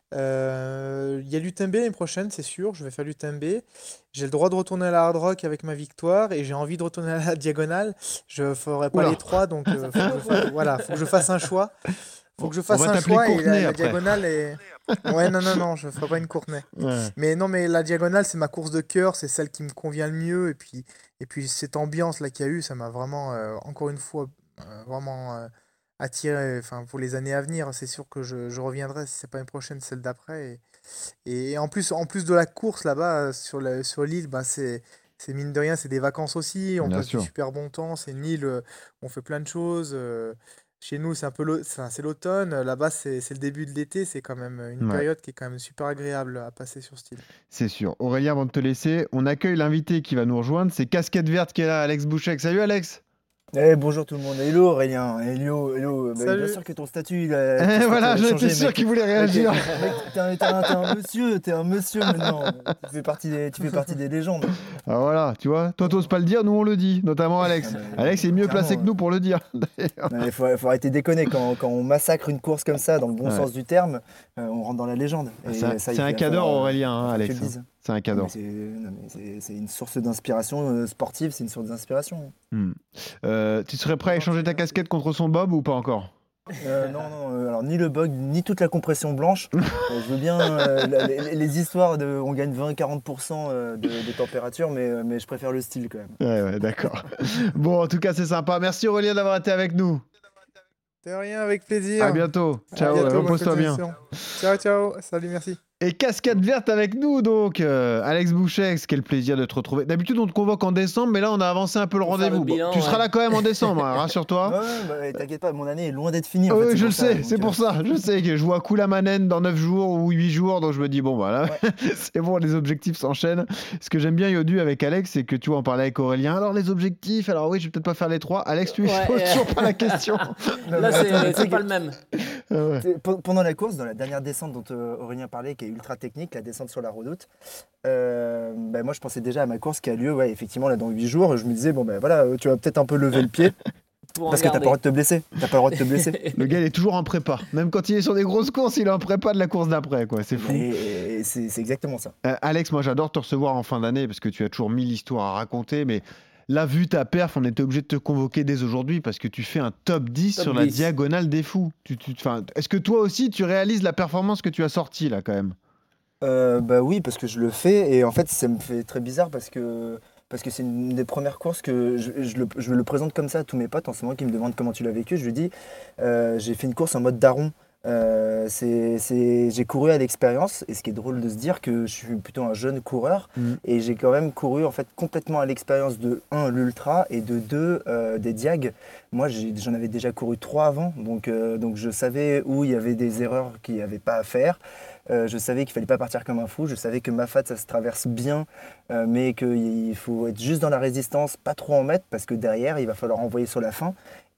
Euh, Il y a l'U T M B l'année prochaine, c'est sûr. Je vais faire l'U T M B. J'ai le droit de retourner à la Hard Rock avec ma victoire et j'ai envie de retourner à la Diagonale. Je ferai pas Oula. les trois, donc euh, faut que je fasse, voilà, faut que je fasse un choix. Faut que je On fasse va un t'appeler choix et Courtenay la, la après. Diagonale est. Ouais, non, non, non, je ferai pas une Courtenay. Ouais. Mais non, mais la Diagonale, c'est ma course de cœur, c'est celle qui me convient le mieux. Et puis, et puis cette ambiance là qu'il y a eu, ça m'a vraiment, euh, encore une fois, euh, vraiment euh, attiré. Enfin, pour les années à venir, c'est sûr que je, je reviendrai si c'est pas une prochaine, celle d'après. Et, et en plus, en plus de la course là-bas euh, sur la- sur l'île, bah, c'est c'est mine de rien, c'est des vacances aussi. On Bien passe du sûr. super bon temps. C'est une île, euh, on fait plein de choses. euh, Chez nous, c'est un peu l'au- enfin, c'est l'automne. Là-bas, c'est c'est le début de l'été. C'est quand même une Ouais, période qui est quand même super agréable à passer sur ce île. c'est sûr. Aurélien, avant de te laisser, on accueille l'invité qui va nous rejoindre. C'est Casquette Verte qui est là, Alex Bouchek. Salut Alex. Eh, bonjour tout le monde. Hello Aurélien. Hello, hello. Bah, bien Salut. sûr que ton statut, il a, ton Eh, statut voilà, a j'étais changé, sûr mec. qu'il voulait Mec, réagir. mec, t'es un, t'es un- t'es un monsieur, t'es un monsieur maintenant. Tu fais partie des, tu fais partie des légendes. Ah, voilà, tu vois, toi t'oses pas le dire, nous on le dit, notamment Alex. Ah, mais, Alex est mieux placé clairement, que nous pour le dire. d'ailleurs. Non, mais faut, faut arrêter de déconner. Quand, quand on massacre une course comme ça, dans le bon Ouais. sens du terme, euh, on rentre dans la légende. Et C'est un- ça, il c'est un faut- cadre, faut- Aurélien, hein, faut que tu Alex. le dises. C'est un Non, cadeau. mais c'est non, mais c'est- c'est une source d'inspiration euh, sportive, c'est une source d'inspiration. Hmm. Euh, tu serais prêt à échanger ta casquette contre son bob ou pas encore? Euh, non, non, euh, alors ni le bug, ni toute la compression blanche. Euh, je veux bien euh, la- les, les histoires de on gagne vingt à quarante pour cent euh, de, de température, mais, euh, mais je préfère le style quand même. Ouais, ouais, d'accord. Bon, en tout cas, c'est sympa. Merci Aurélien d'avoir été avec nous. De rien, avec plaisir. À bientôt. À Ciao, bientôt, euh, bonne repose-toi bien. continuation. Ciao, ciao. Salut, merci. Et cascade verte avec nous, donc, euh, Alex Bouchex, quel plaisir de te retrouver. D'habitude, on te convoque en décembre, mais là, on a avancé un peu le Pour faire le rendez-vous. Bon, bilan, tu seras ouais. là quand même en décembre, hein, rassure-toi. Ouais, ouais, bah, t'inquiète pas, mon année est loin d'être finie. En Oui, fait, je le pour ça, sais, donc, c'est euh, pour ça. Je sais que je vois Koulamanen dans neuf jours ou huit jours, donc je me dis, bon, voilà, Ouais. c'est bon, les objectifs s'enchaînent. Ce que j'aime bien, Yodu, avec Alex, c'est que tu vois, on parlait avec Aurélien. Alors, les objectifs, alors oui, je vais peut-être pas faire les trois. Alex, tu Ouais, poses euh, toujours pas la question. Non, Là, mais c'est attends, mais tu c'est sais pas que- le même. Ah ouais. C'est- pe- Pendant la course, dans la dernière descente dont euh, Aurélien parlait, qui est ultra technique, la descente sur la redoute, euh, ben moi je pensais déjà à ma course qui a lieu ouais, effectivement là, dans huit jours. Je me disais, bon ben voilà, euh, tu vas peut-être un peu lever le pied Pour en parce que t'as pas le garder. droit de te blesser. T'as pas le droit de te blesser. Le gars, il est toujours en prépa. Même quand il est sur des grosses courses, il est en prépa de la course d'après, quoi. C'est fou. Et, et c'est c'est exactement ça. Euh, Alex, moi j'adore te recevoir en fin d'année parce que tu as toujours mille histoires à raconter, mais là, vu ta perf, on était obligé de te convoquer dès aujourd'hui parce que tu fais un top dix Top sur la dix. diagonale des fous. Tu, tu- 'fin, est-ce que toi aussi, tu réalises la performance que tu as sortie là quand même? Euh, bah oui, parce que je le fais et en fait ça me fait très bizarre parce que parce que c'est une des premières courses que je, je le, je le présente comme ça à tous mes potes en ce moment qui me demandent comment tu l'as vécu. Je lui dis euh, j'ai fait une course en mode daron. Euh, c'est, c'est- j'ai couru à l'expérience et ce qui est drôle de se dire que je suis plutôt un jeune coureur Mhm. et j'ai quand même couru en fait complètement à l'expérience de un l'ultra et de deux euh, des diags. Moi j'ai- j'en avais déjà couru trois avant donc, euh, donc je savais où il y avait des erreurs qu'il n'y avait pas à faire. Euh, je savais qu'il fallait pas partir comme un fou. Je savais que Mafat, ça se traverse bien, euh, mais qu'il faut être juste dans la résistance, pas trop en mettre, parce que derrière, il va falloir envoyer sur la fin.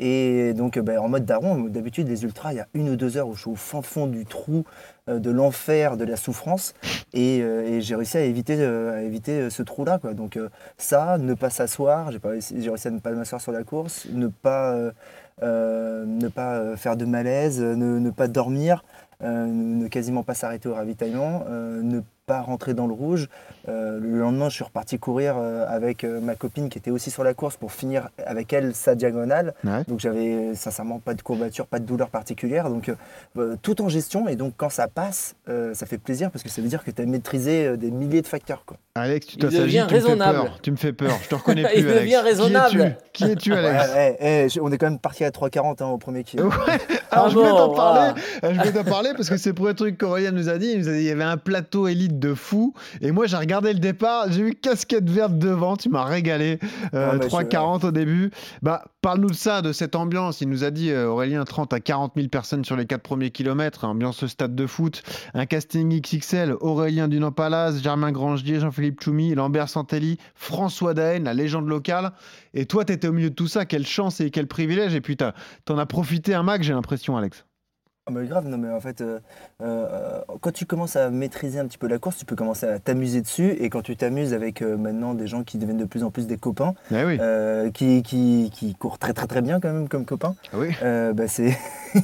Et donc, euh, ben, en mode daron, d'habitude, les ultras, il y a une ou deux heures où je suis au fin fond du trou, euh, de l'enfer, de la souffrance. Et, euh, et j'ai réussi à éviter, euh, à éviter euh, ce trou-là, quoi. Donc, euh, ça, ne pas s'asseoir, j'ai, pas réussi, j'ai réussi à ne pas m'asseoir sur la course, ne pas, euh, euh, ne pas euh, faire de malaise, euh, ne, ne pas dormir. Euh, ne quasiment pas s'arrêter au ravitaillement, euh, ne pas rentrer dans le rouge. Euh, le lendemain, je suis reparti courir euh, avec euh, ma copine qui était aussi sur la course pour finir avec elle sa diagonale. Ouais. Donc j'avais euh, sincèrement pas de courbature, pas de douleur particulière. Donc euh, euh, tout en gestion. Et donc quand ça passe, euh, ça fait plaisir parce que ça veut dire que tu as maîtrisé euh, des milliers de facteurs, quoi. Alex, tu Il t'assagis, devient tu me fais raisonnable. peur. Tu me fais peur. Je te reconnais plus, Il Alex. devient raisonnable. Qui es-tu, Qui es-tu, Alex? Ouais, ouais, ouais, je- on est quand même parti à trois quarante hein, au premier kilomètre. Ouais. Alors, Ah je voulais bon, t'en parler. ah. Euh, Je voulais t'en parler parce que c'est le premier truc qu'Aurélien nous a dit. Il nous a dit qu'il y avait un plateau élite de fou. Et moi, j'ai regardé le départ. J'ai vu casquette verte devant. Tu m'as régalé. Euh, Ah, bah, trois je- quarante au début. Bah, parle-nous de ça, de cette ambiance. Il nous a dit, euh, Aurélien, trente à quarante mille personnes sur les quatre premiers kilomètres. Ambiance stade de foot. Un casting X X L. Aurélien Dunan-Palaz, Germain Grangier, Jean-Philippe Choumi, Lambert Santelli, François Daen, la légende locale. Et toi, tu étais au milieu de tout ça. Quelle chance et quel privilège. Et puis, t'as- t'en as profité un max, j'ai l'impression, Alex. Ah mais grave, non mais en fait, euh, euh, quand tu commences à maîtriser un petit peu la course, tu peux commencer à t'amuser dessus. Et quand tu t'amuses avec euh, maintenant des gens qui deviennent de plus en plus des copains, Eh oui. euh, qui, qui, qui courent très très très bien quand même comme copains, Ah oui. euh, bah c'est...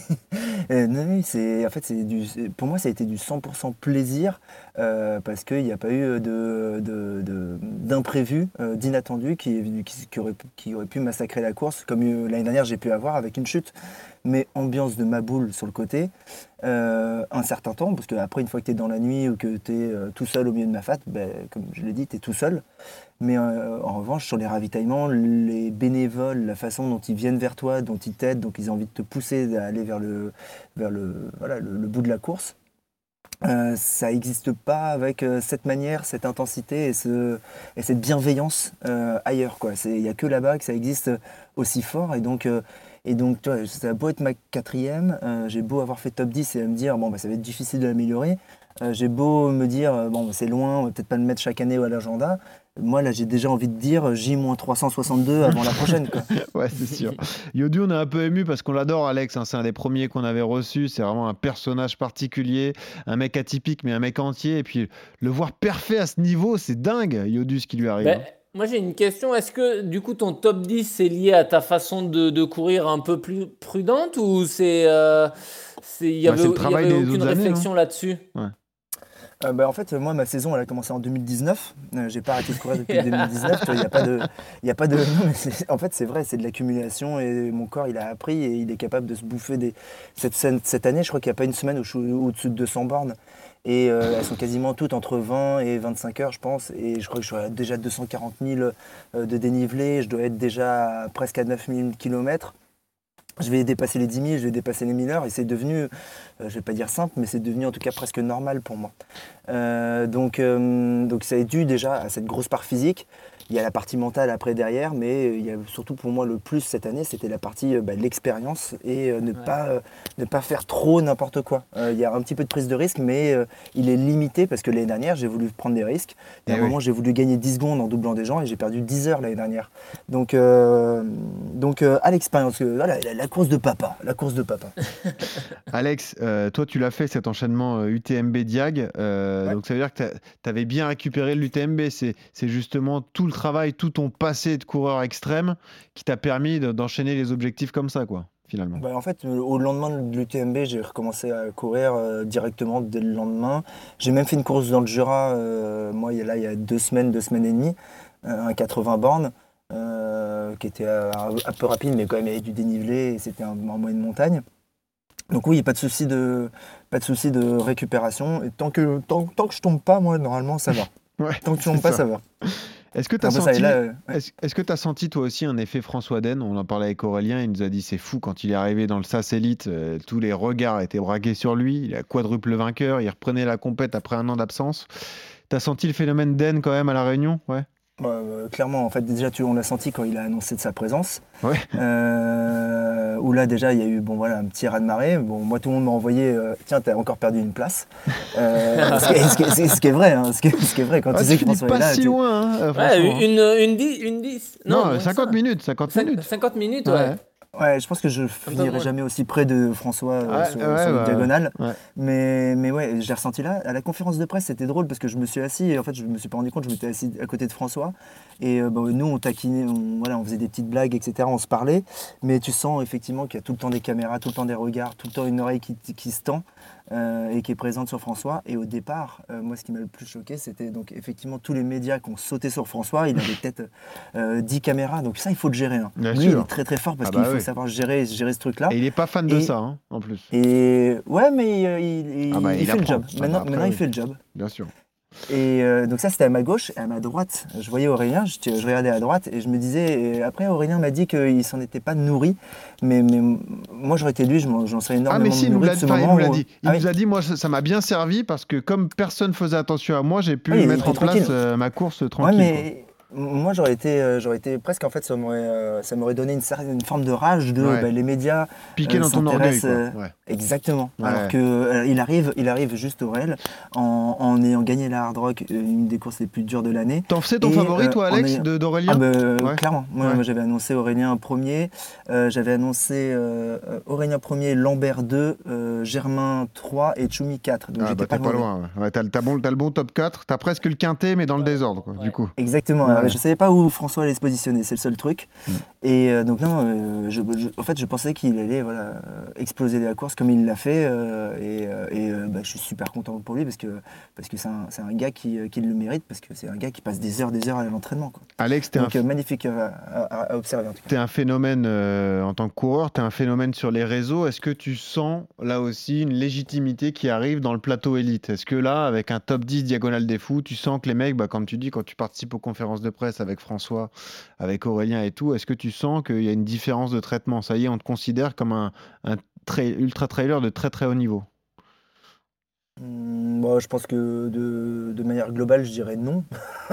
Euh, non, oui, c'est... En fait, c'est du... c'est- pour moi, ça a été du cent pour cent plaisir euh, parce qu'il n'y a pas eu de, de, de- d'imprévu, euh, d'inattendu qui, qui, qui, aurait, pu- qui aurait pu massacrer la course comme euh, l'année dernière j'ai pu avoir avec une chute. Mais ambiance de Maboule sur le côté, euh, un certain temps, parce qu'après, une fois que tu es dans la nuit ou que tu es tout seul au milieu de Mafat, ben, comme je l'ai dit, tu es tout seul. Mais euh, en revanche, sur les ravitaillements, les bénévoles, la façon dont ils viennent vers toi, dont ils t'aident, donc ils ont envie de te pousser à aller vers le, vers le, voilà, le, le bout de la course, euh, ça n'existe pas avec euh, cette manière, cette intensité et, ce, et cette bienveillance euh, ailleurs, quoi. Il n'y a que là-bas que ça existe aussi fort. Et donc, euh, et donc tu vois, ça a beau être ma quatrième, euh, j'ai beau avoir fait top dix et me dire, bon, bah, ça va être difficile de l'améliorer. Euh, j'ai beau me dire, euh, bon, c'est loin, on va peut-être pas le mettre chaque année à l'agenda. Moi, là, j'ai déjà envie de dire J trois cent soixante-deux avant la prochaine, quoi. Ouais, c'est sûr. Yodu, on est un peu ému parce qu'on l'adore, Alex. Hein, c'est un des premiers qu'on avait reçu. C'est vraiment un personnage particulier, un mec atypique, mais un mec entier. Et puis, le voir parfait à ce niveau, c'est dingue, Yodu, ce qui lui arrive. Ben, hein. moi, j'ai une question. Est-ce que, du coup, ton top dix, c'est lié à ta façon de, de courir un peu plus prudente ou c'est. Euh, c'est- il n'y Bah, avait, c'est le il y travail avait des aucune autres années, réflexion là-dessus? Euh, bah, en fait, moi, ma saison, elle a commencé en deux mille dix-neuf. Euh, j'ai pas arrêté de courir depuis deux mille dix-neuf. Il n'y a pas de, il y a pas de. Non, mais c'est- en fait, c'est vrai, c'est de l'accumulation et mon corps, il a appris et il est capable de se bouffer des. Cette, scène- cette année, je crois qu'il n'y a pas une semaine où je suis au-dessus de deux cents bornes et euh, elles sont quasiment toutes entre vingt et vingt-cinq heures, je pense. Et je crois que je suis à déjà deux cent quarante mille euh, de dénivelé. Je dois être déjà presque à neuf mille kilomètres. je vais dépasser les dix mille, je vais dépasser les mille heures et c'est devenu, euh, je ne vais pas dire simple, mais c'est devenu en tout cas presque normal pour moi. Euh, donc, euh, donc ça est dû déjà à cette grosse part physique. Il y a la partie mentale après derrière, mais il y a surtout pour moi le plus cette année, c'était la partie bah, de l'expérience et euh, ne, ouais. pas, euh, ne pas faire trop n'importe quoi. Euh, il y a un petit peu de prise de risque, mais euh, il est limité parce que l'année dernière, j'ai voulu prendre des risques. Et à un oui. moment, j'ai voulu gagner dix secondes en doublant des gens et j'ai perdu dix heures l'année dernière. Donc, euh, donc euh, à l'expérience, voilà, la, la course de papa, la course de papa. Alex, euh, toi, tu l'as fait cet enchaînement euh, U T M B Diag, euh, ouais. donc ça veut dire que tu avais bien récupéré l'U T M B. C'est, c'est justement tout le travail, tout ton passé de coureur extrême qui t'a permis de, d'enchaîner les objectifs comme ça, quoi, finalement. Bah, en fait, au lendemain de l'U T M B, j'ai recommencé à courir euh, directement dès le lendemain. J'ai même fait une course dans le Jura, euh, moi, il y a, là, il y a deux semaines, deux semaines et demie, euh, un quatre-vingts bornes, euh, qui était euh, un peu rapide, mais quand même, il y avait du dénivelé et c'était un, en moyenne montagne. Donc oui, pas de souci de, pas de souci de récupération. Et tant que, tant, tant que je tombe pas, moi, normalement, ça va. Ouais, tant que je tombe pas, ça, ça va. Est-ce que tu as senti, là, euh, ouais. est-ce, est-ce que tu as senti toi aussi un effet François Den? On en parlait avec Aurélien, il nous a dit c'est fou quand il est arrivé dans le S A S Elite, euh, tous les regards étaient braqués sur lui, il est quadruple vainqueur, il reprenait la compète après un an d'absence. Tu as senti le phénomène Den quand même à La Réunion? Ouais. Bah, euh, clairement, en fait, déjà, tu, on l'a senti quand il a annoncé de sa présence. Ouais. Euh, où là, déjà, il y a eu bon, voilà, un petit raz-de-marée. Bon, moi, tout le monde m'a envoyé euh, tiens, t'as encore perdu une place. Euh, ce, qui est, ce, qui est, ce qui est vrai, hein, ce, qui est, ce qui est vrai. Quand ah, tu sais que François pas est là. si tu... loin, hein, ouais, une, une, dix, une dix. Non, non cinquante minutes. cinquante minutes. cinquante minutes, ouais. ouais. Ouais, je pense que je finirai jamais aussi près de François ouais, sur, ouais, sur une ouais, diagonale. Ouais. Mais, mais ouais, j'ai ressenti là. À la conférence de presse, c'était drôle parce que je me suis assis et en fait, je me suis pas rendu compte, je m'étais assis à côté de François. Et euh, bah, nous, on taquinait, on, voilà, on faisait des petites blagues, et cetera. On se parlait. Mais tu sens effectivement qu'il y a tout le temps des caméras, tout le temps des regards, tout le temps une oreille qui, qui se tend. Euh, et qui est présente sur François. Et au départ, euh, moi, ce qui m'a le plus choqué, c'était donc effectivement tous les médias qui ont sauté sur François. Il avait peut-être euh, dix caméras. Donc ça, il faut le gérer. Hein. Lui, sûr. Il est très très fort parce ah bah qu'il faut oui. savoir gérer, gérer ce truc-là. Et il n'est pas fan et, de ça, hein, en plus. Et ouais, mais il, il, ah bah, il, il fait apprend. le job. Ah maintenant, bah maintenant oui. il fait le job. Bien sûr. Et euh, donc ça, c'était à ma gauche. Et à ma droite, je voyais Aurélien, je, je regardais à droite et je me disais... Et après, Aurélien m'a dit qu'il ne s'en était pas nourri. Mais, mais moi, j'aurais été lui, je m'en, j'en serais énormément ah, mais si, nourri de ce moment. Il nous l'a dit. Il ah, nous oui. a dit, moi, ça, ça m'a bien servi parce que comme personne faisait attention à moi, j'ai pu oui, mettre en tranquille. place euh, ma course tranquille. Ouais, mais... Moi, j'aurais été, euh, j'aurais été presque, en fait, ça m'aurait, euh, ça m'aurait donné une, une forme de rage de ouais. bah, les médias. Piquer euh, dans ton orgueil, quoi. Euh, ouais. Exactement. Ouais. Alors qu'il euh, arrive, il arrive juste au réel en, en ayant gagné la Hard Rock, une des courses les plus dures de l'année. T'en faisais ton et, favori, toi, Alex, ayant... de, d'Aurélien? Ah bah, ouais. Clairement. Moi, ouais. moi, j'avais annoncé Aurélien premier. Euh, j'avais annoncé euh, Aurélien premier, Lambert deux, euh, Germain trois et Tchoumi quatre. Donc ah, j'étais bah, pas, pas loin. Ouais. Ouais, t'as, t'as, bon, t'as le bon top quatre. T'as presque le quintet, mais dans le désordre, quoi, ouais. du coup. Exactement. Ouais. Alors, je savais pas où François allait se positionner, c'est le seul truc. Mm. Et euh, donc non, euh, je, je, en fait, je pensais qu'il allait voilà, exploser la course comme il l'a fait. Euh, et euh, et euh, bah, je suis super content pour lui parce que, parce que c'est, un, c'est un gars qui, qui le mérite, parce que c'est un gars qui passe des heures des heures à l'entraînement. Quoi. Alex, t'es donc un... euh, magnifique à, à, à observer. En tout cas. T'es un phénomène euh, en tant que coureur, t'es un phénomène sur les réseaux. Est-ce que tu sens là aussi une légitimité qui arrive dans le plateau élite? Est-ce que là, avec un top dix diagonale des fous, tu sens que les mecs, bah, comme tu dis, quand tu participes aux conférences de presse avec François, avec Aurélien et tout, est-ce que tu sens qu'il y a une différence de traitement? Ça y est, on te considère comme un, un tra- ultra trailer de très très haut niveau? Mmh, bon, je pense que de, de manière globale, je dirais non.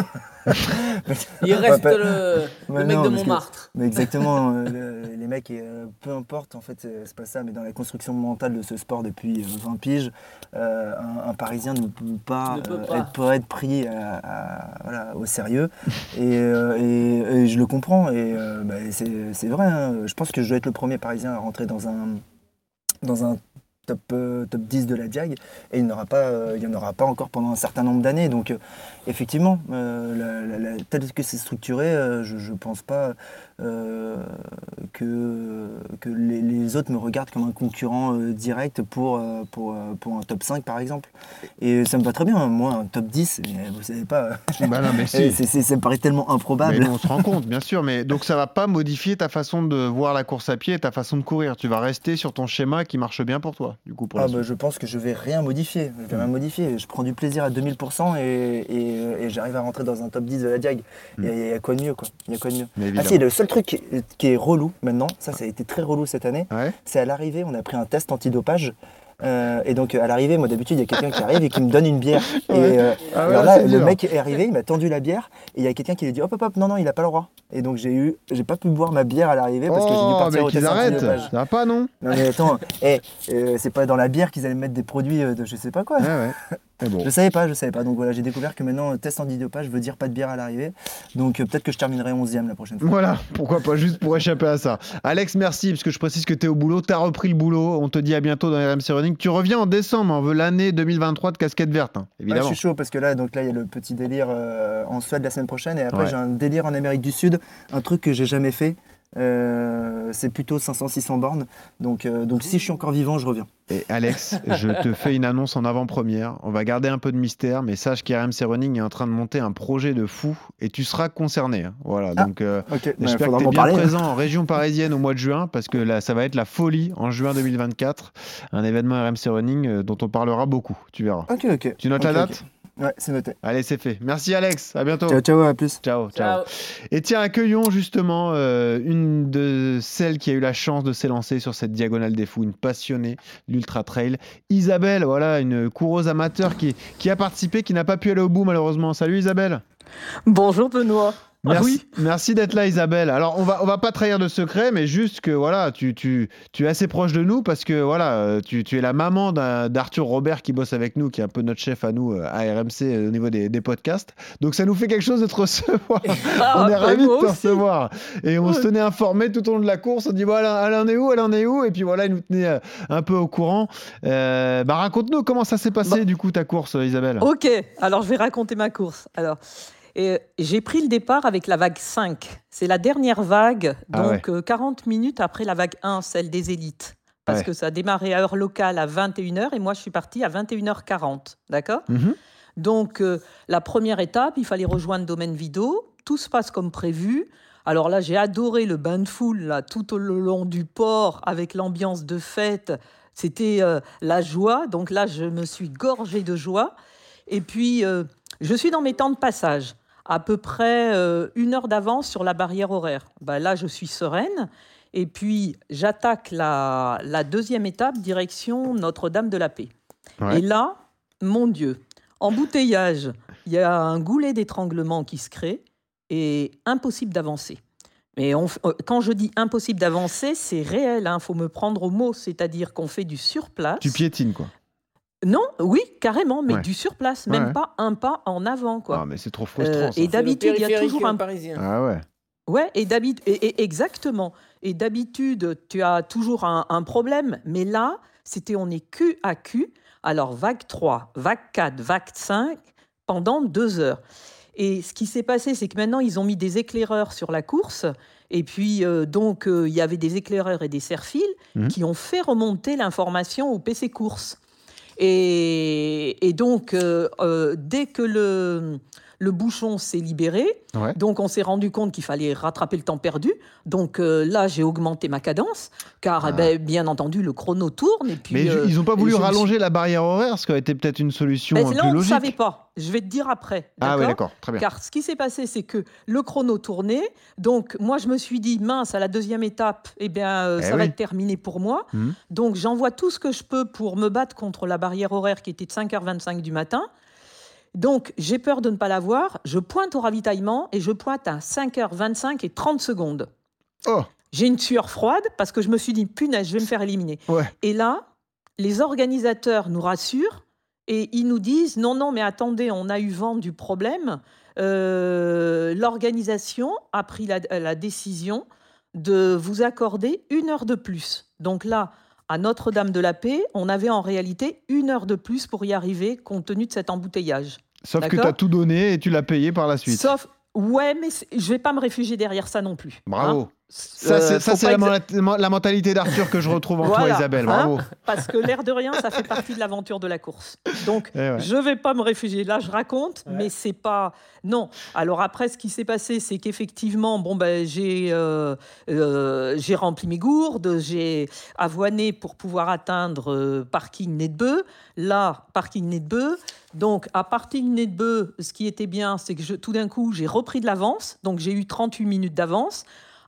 Il reste ouais, le, le mec non, de Montmartre. Que, mais exactement, euh, le, les mecs, euh, peu importe, en fait, c'est, c'est pas ça, mais dans la construction mentale de ce sport depuis vingt piges, euh, un, un Parisien ne peut pas, ne peut euh, pas. Être, peut être pris à, à, voilà, au sérieux. Et, euh, et, et je le comprends, et euh, bah, c'est, c'est vrai. Hein, je pense que je dois être le premier Parisien à rentrer dans un, dans un Top, euh, top dix de la Diag, et il n'y en aura pas, euh, il y en aura pas encore pendant un certain nombre d'années. Donc euh, effectivement, euh, la, la, la, tel que c'est structuré, euh, je ne pense pas euh, que, que les, les autres me regardent comme un concurrent euh, direct pour, euh, pour, euh, pour un top cinq par exemple. Et ça me va très bien, moi un top dix, vous savez pas, bah non, mais si. c'est, c'est, ça me paraît tellement improbable. Mais on se rend compte, bien sûr, mais donc ça va pas modifier ta façon de voir la course à pied et ta façon de courir. Tu vas rester sur ton schéma qui marche bien pour toi. Du coup, pour ah bah, je pense que je vais rien modifier. Je vais mmh. rien modifier. Je prends du plaisir à deux mille pour cent et, et, et j'arrive à rentrer dans un top dix de la Diag. Il mmh. y, y a quoi de mieux, quoi. Il y a quoi de mieux. Ah si, le seul truc qui est, qui est relou maintenant, ça, ça a été très relou cette année, Ouais. c'est à l'arrivée, on a pris un test antidopage. Euh, et donc à l'arrivée, moi d'habitude, il y a quelqu'un qui arrive et qui me donne une bière. Et euh, Ah ouais, alors là, là, c'est le dur. mec est arrivé, il m'a tendu la bière et il y a quelqu'un qui lui a dit hop hop hop, non non, il a pas le droit. Et donc j'ai eu, j'ai pas pu boire ma bière à l'arrivée parce que j'ai dû Oh, partir mais au qu'ils test arrêtent. antidopage. Ça va pas, non? Non mais attends, eh, euh, c'est pas dans la bière qu'ils allaient mettre des produits euh, de je sais pas quoi. Ouais, ouais. Mais bon. Je savais pas, je savais pas. Donc voilà, j'ai découvert que maintenant, euh, test antidopage veut dire pas de bière à l'arrivée. Donc euh, peut-être que je terminerai onzième la prochaine fois. Voilà, pourquoi pas, juste pour échapper à ça. Alex, merci, parce que je précise que tu es au boulot, tu as repris le boulot, on te dit à bientôt dans R M C Running. Tu reviens en décembre, on veut l'année deux mille vingt-trois de casquette verte, hein, Ouais, évidemment. je suis chaud parce que là, donc là, il y a le petit délire euh, en Suède la semaine prochaine et après Ouais. j'ai un délire en Amérique du Sud, un truc que j'ai jamais fait. Euh, c'est plutôt cinq cents six cents bornes. Donc, euh, donc si je suis encore vivant, je reviens. Et Alex, je te fais une annonce en avant-première. On va garder un peu de mystère, mais sache qu'R M C Running est en train de monter un projet de fou et tu seras concerné. hein. Voilà, Ah, donc euh, Ok, bah, j'espère faudra que tu es m'en bien parler. présent en région parisienne au mois de juin, parce que là, ça va être la folie en juin deux mille vingt-quatre. Un événement R M C Running euh, dont on parlera beaucoup, tu verras. Ok, ok. Tu notes Ok, la ok. date? Ouais, c'est noté. Allez, c'est fait. Merci Alex, à bientôt. Ciao, ciao, à plus. Ciao, ciao. Ciao. Et tiens, accueillons justement euh, une de celles qui a eu la chance de s'élancer sur cette diagonale des fous, une passionnée de l'ultra trail, Isabelle, voilà, une coureuse amateur qui, qui a participé, qui n'a pas pu aller au bout malheureusement. Salut Isabelle. Bonjour Benoît. Merci, Ah oui. merci d'être là Isabelle. Alors on va on va pas trahir de secret, mais juste que voilà, tu, tu, tu es assez proche de nous parce que voilà, euh, tu, tu es la maman d'un- d'Arthur Robert qui bosse avec nous, qui est un peu notre chef à nous euh, à R M C euh, au niveau des, des podcasts. Donc ça nous fait quelque chose de te recevoir. Ah, On est bah, ravis moi de te aussi. recevoir. Et on se tenait informés tout au long de la course. On dit voilà, elle en est où, elle en est où. Et puis voilà, il nous tenait euh, un peu au courant. Euh, bah raconte-nous comment ça s'est passé Bah. du coup ta course, Isabelle. Ok, alors je vais raconter ma course. Alors, et j'ai pris le départ avec la vague cinq. C'est la dernière vague, Ah donc euh, quarante minutes après la vague un, celle des élites. Parce Ouais. que ça a démarré à heure locale à vingt et une heures et moi je suis partie à vingt et une heures quarante. D'accord? Mhm. Donc, euh, la première étape, il fallait rejoindre Domaine Vido. Tout se passe comme prévu. Alors là, j'ai adoré le bain de foule là, tout au long du port avec l'ambiance de fête. C'était euh, la joie. Donc là, je me suis gorgée de joie. Et puis, euh, je suis dans mes temps de passage, à peu près euh, une heure d'avance sur la barrière horaire. Ben là, je suis sereine. Et puis, j'attaque la, la deuxième étape, direction Notre-Dame de la Paix. Ouais. Et là, mon Dieu, embouteillage, il y a un goulet d'étranglement qui se crée et impossible d'avancer. Mais on f- euh, quand je dis impossible d'avancer, c'est réel, il faut me prendre au mot, c'est-à-dire qu'on fait du surplace. Tu piétines quoi. Non, oui, carrément, mais Ouais. du surplace, Ouais, même ouais. pas un pas en avant, quoi. Ah mais c'est trop frustrant Euh, ça. et d'habitude, il y a périphérique toujours un parisien. Ah ouais. Ouais, et d'habitude, et, et- exactement. Et d'habitude, tu as toujours un, un problème, mais là, c'était on est cul à cul. Alors, vague trois, vague quatre, vague cinq, pendant deux heures. Et ce qui s'est passé, c'est que maintenant, ils ont mis des éclaireurs sur la course. Et puis, euh, donc, euh, il y avait des éclaireurs et des serre-fils Mhm. qui ont fait remonter l'information au P C course. Et, et donc, euh, euh, dès que le, le bouchon s'est libéré, Ouais. donc on s'est rendu compte qu'il fallait rattraper le temps perdu. Donc euh, là, j'ai augmenté ma cadence, car eh ben, bien entendu, le chrono tourne. Et puis, Ah. Mais euh, ils n'ont pas voulu je me suis- rallonger la barrière horaire, ce qui aurait été peut-être une solution Ben, euh, là, plus on ne logique. savait pas. Je vais te dire après. Ah ouais, d'accord d'accord, très bien. Car ce qui s'est passé, c'est que le chrono tournait. Donc, moi, je me suis dit, mince, à la deuxième étape, eh bien, euh, Eh ça oui. va être terminé pour moi. Mhm. Donc, j'envoie tout ce que je peux pour me battre contre la barrière horaire qui était de cinq heures vingt-cinq du matin. Donc, j'ai peur de ne pas l'avoir. Je pointe au ravitaillement et je pointe à cinq heures vingt-cinq et trente secondes. Oh, J'ai une sueur froide parce que je me suis dit, punaise, je vais me faire éliminer. ouais. Et là, les organisateurs nous rassurent et ils nous disent non, non, mais attendez, on a eu vent du problème. Euh, L'organisation a pris la, la décision de vous accorder une heure de plus. Donc là, à Notre-Dame de la Paix, on avait en réalité une heure de plus pour y arriver compte tenu de cet embouteillage. Sauf que D'accord. tu as tout donné et tu l'as payé par la suite. Sauf, ouais, mais c'est- je vais pas me réfugier derrière ça non plus. Bravo. hein. Ça, Euh, c'est, ça, faut c'est pas la, exa- menta- la mentalité d'Arthur que je retrouve en toi, Voilà, Isabelle. hein. Bravo. Parce que l'air de rien, ça fait partie de l'aventure de la course. Donc, Eh ouais. je vais pas me réfugier. Là, je raconte, mais c'est pas. Non. Alors après, ce qui s'est passé, c'est qu'effectivement, bon ben, j'ai euh, euh, j'ai rempli mes gourdes, j'ai avoiné pour pouvoir atteindre euh, parking Nez-de-Beu. Là, parking Nez-de-Beu. Donc, à parking Nez-de-Beu, ce qui était bien, c'est que je, tout d'un coup, j'ai repris de l'avance. Donc, j'ai eu trente-huit minutes d'avance.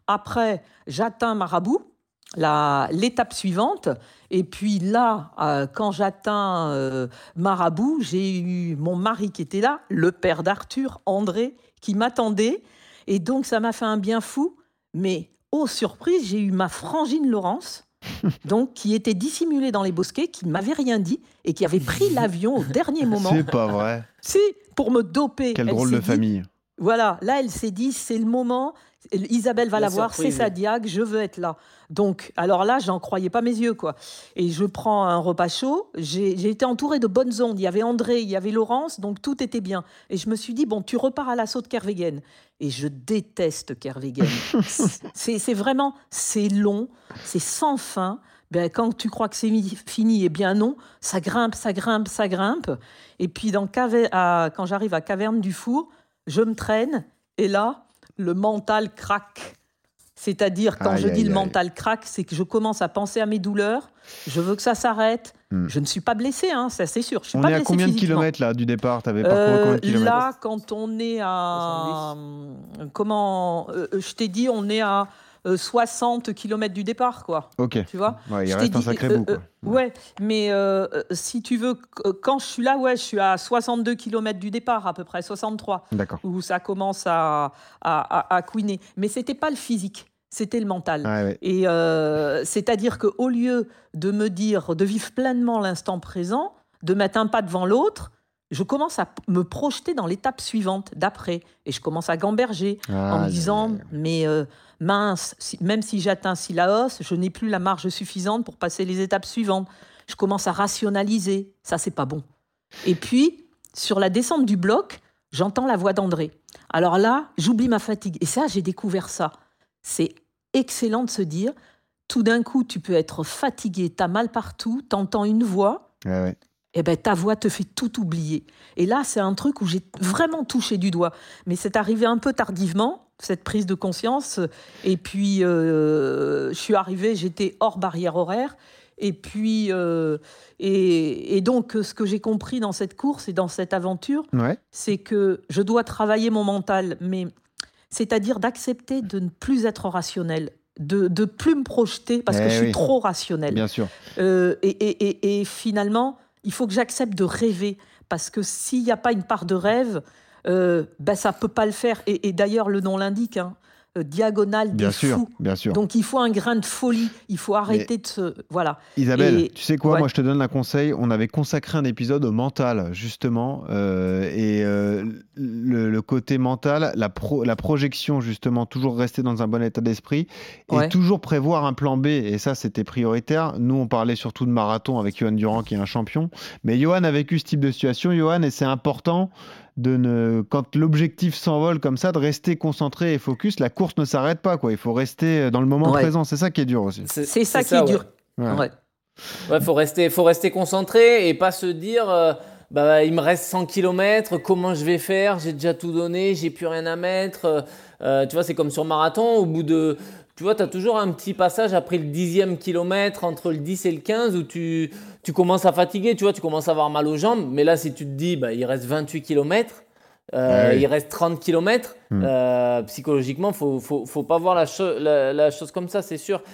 Après, j'atteins Marabout, la, l'étape suivante. Et puis là, euh, quand j'atteins euh, Marabout, j'ai eu mon mari qui était là, le père d'Arthur, André, qui m'attendait. Et donc, ça m'a fait un bien fou. Mais, oh surprise, j'ai eu ma frangine Laurence, donc, qui était dissimulée dans les bosquets, qui ne m'avait rien dit et qui avait pris l'avion au dernier moment. C'est pas vrai. Si, pour me doper. Quelle Elle drôle s'est de dit, famille. Voilà, là, elle s'est dit, c'est le moment. Isabelle va La la voir, c'est surprise. sa diag, je veux être là. Donc, alors là, j'en croyais pas mes yeux, quoi. Et je prends un repas chaud. J'ai, j'ai été entourée de bonnes ondes. Il y avait André, il y avait Laurence, donc tout était bien. Et je me suis dit, bon, tu repars à l'assaut de Kervegen. Et je déteste Kervegen. c'est, c'est vraiment, c'est long, c'est sans fin. Ben, quand tu crois que c'est mi- fini, eh bien non, ça grimpe, ça grimpe, ça grimpe. Et puis, dans Caver- à- quand j'arrive à Caverne du Four, je me traîne, et là, le mental craque. C'est-à-dire, quand Aïe, je aïe, dis le aïe. mental craque, c'est que je commence à penser à mes douleurs, je veux que ça s'arrête. Hmm. Je ne suis pas blessée, hein, ça c'est sûr. Je suis On pas est à blessée combien de physiquement. kilomètres là du départ? T'avais parcouru Euh, combien de kilomètres? Là, quand on est à... Comment... euh, je t'ai dit, on est à euh, soixante kilomètres du départ, quoi. Ok. Tu vois? Ouais, il Je t'ai reste un dit, sacré euh, bout. Quoi. euh, ouais, mais euh, euh, si tu veux, qu- quand je suis là, ouais, je suis à soixante-deux kilomètres du départ, à peu près, soixante-trois, D'accord. où ça commence à, à, à, à couiner. Mais c'était pas le physique, c'était le mental. Ouais, ouais. Et euh, c'est-à-dire qu'au lieu de me dire, de vivre pleinement l'instant présent, de mettre un pas devant l'autre, je commence à p- me projeter dans l'étape suivante, d'après. Et je commence à gamberger Ah, en me aïe, disant, aïe, aïe. mais euh, mince, si- même si j'atteins Sillaos, je n'ai plus la marge suffisante pour passer les étapes suivantes. Je commence à rationaliser. Ça, c'est pas bon. Et puis, sur la descente du bloc, j'entends la voix d'André. Alors là, j'oublie ma fatigue. Et ça, j'ai découvert ça. C'est excellent de se dire, tout d'un coup, tu peux être fatigué, t'as mal partout, t'entends une voix, Ouais, ouais. eh ben, ta voix te fait tout oublier. Et là, c'est un truc où j'ai vraiment touché du doigt. Mais c'est arrivé un peu tardivement, cette prise de conscience. Et puis, euh, je suis arrivée, j'étais hors barrière horaire. Et puis, euh, et, et donc, ce que j'ai compris dans cette course et dans cette aventure, Ouais. c'est que je dois travailler mon mental, mais c'est-à-dire d'accepter de ne plus être rationnel, de ne plus me projeter parce Eh que je suis oui. trop rationnel. Bien sûr. Euh, et, et- et- et finalement, il faut que j'accepte de rêver parce que s'il n'y a pas une part de rêve, euh, ben ça ne peut pas le faire. Et, et d'ailleurs, le nom l'indique, hein, euh, diagonale des Bien sûr. fous. Bien sûr. Donc il faut un grain de folie, il faut arrêter de se... Voilà. Isabelle, Et- tu sais quoi, ouais. moi je te donne un conseil. On avait consacré un épisode au mental, justement. euh, et euh, le, le côté mental, la, pro- la projection, justement, toujours rester dans un bon état d'esprit et Ouais. toujours prévoir un plan B. Et ça, c'était prioritaire. Nous, on parlait surtout de marathon avec Johan Durand, qui est un champion. Mais Johan a vécu ce type de situation, Johan, et c'est important de ne, quand l'objectif s'envole comme ça, de rester concentré et focus. La course ne s'arrête pas, quoi. Il faut rester dans le moment Ouais. présent. C'est ça qui est dur aussi. C'est ça qui est ouais. dur. Ouais. Ouais. Ouais, faut rester, faut rester concentré et pas se dire euh, bah, il me reste cent kilomètres, comment je vais faire? J'ai déjà tout donné, j'ai plus rien à mettre. Euh, tu vois, c'est comme sur marathon, au bout de. Tu vois, tu as toujours un petit passage après le dixième kilomètre, entre le dix et le quinze, où tu, tu commences à fatiguer, tu vois, tu commences à avoir mal aux jambes. Mais là, si tu te dis, bah, il reste vingt-huit kilomètres, euh, Ouais. il reste trente kilomètres, Mm. euh, psychologiquement, il faut, faut, faut pas voir la, cho- la, la chose comme ça, c'est sûr.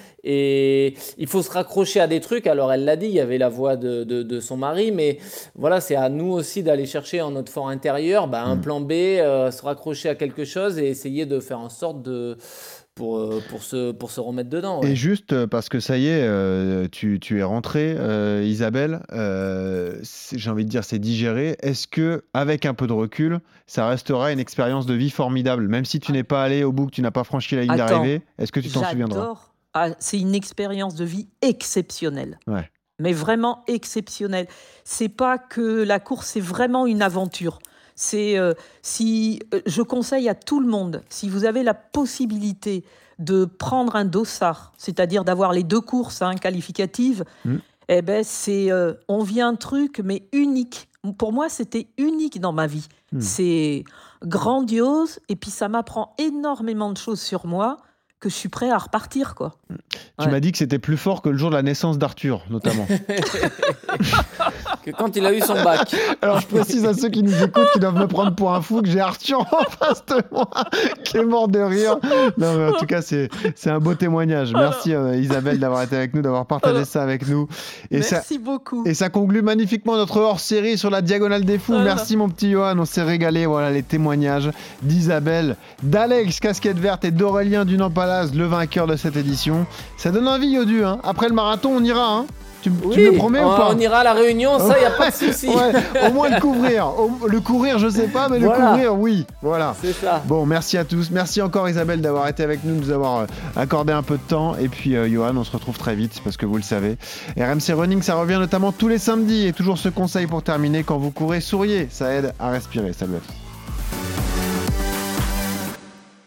Et il faut se raccrocher à des trucs. Alors, elle l'a dit, il y avait la voix de, de, de son mari, mais voilà, c'est à nous aussi d'aller chercher en notre fort intérieur bah, un Mm. plan B, euh, se raccrocher à quelque chose et essayer de faire en sorte de. Pour, euh, pour, se, pour se remettre dedans. Ouais. Et juste euh, parce que ça y est, euh, tu, tu es rentrée, euh, Isabelle, euh, c'est- j'ai envie de dire c'est digéré. Est-ce que, avec un peu de recul, ça restera une expérience de vie formidable, même si tu n'es pas allé au bout, que tu n'as pas franchi la ligne Attends, d'arrivée? Est-ce que tu t'en souviendras? J'adore. Ah, c'est une expérience de vie exceptionnelle. Ouais. Mais vraiment exceptionnelle. C'est pas que la course, c'est vraiment une aventure. C'est euh, si euh, je conseille à tout le monde, si vous avez la possibilité de prendre un dossard, c'est-à-dire d'avoir les deux courses hein, qualificatives, Mm. eh ben c'est euh, on vit un truc mais unique. Pour moi, c'était unique dans ma vie. Mm. C'est grandiose et puis ça m'apprend énormément de choses sur moi que je suis prêt à repartir quoi. Tu Ouais. m'as dit que c'était plus fort que le jour de la naissance d'Arthur, notamment. que quand il a eu son bac. Alors je précise à ceux qui nous écoutent, qui doivent me prendre pour un fou, que j'ai Arthur en face de moi, qui est mort de rire. Non mais en tout cas, c'est, c'est un beau témoignage. Merci euh, Isabelle d'avoir été avec nous, d'avoir partagé ça avec nous. Et Merci ça, beaucoup. Et ça conclut magnifiquement notre hors-série sur la Diagonale des Fous. Voilà. Merci mon petit Johan, on s'est régalé. Voilà les témoignages d'Isabelle, d'Alex, casquette verte, et d'Aurélien du Nampalaz, le vainqueur de cette édition. Ça donne envie, Yodu. Hein. Après le marathon, on ira. Hein. Tu, Oui, tu me le promets on, ou pas? on ira à la Réunion, ça, il n'y a pas de souci. Ouais, au moins le couvrir. Au- le courir, je sais pas, mais Voilà. le couvrir, oui. Voilà. C'est ça. Bon, merci à tous. Merci encore Isabelle d'avoir été avec nous, de nous avoir euh, accordé un peu de temps. Et puis euh, Johan, on se retrouve très vite parce que vous le savez. R M C Running, ça revient notamment tous les samedis. Et toujours ce conseil pour terminer, quand vous courez, souriez. Ça aide à respirer. Salut à tous.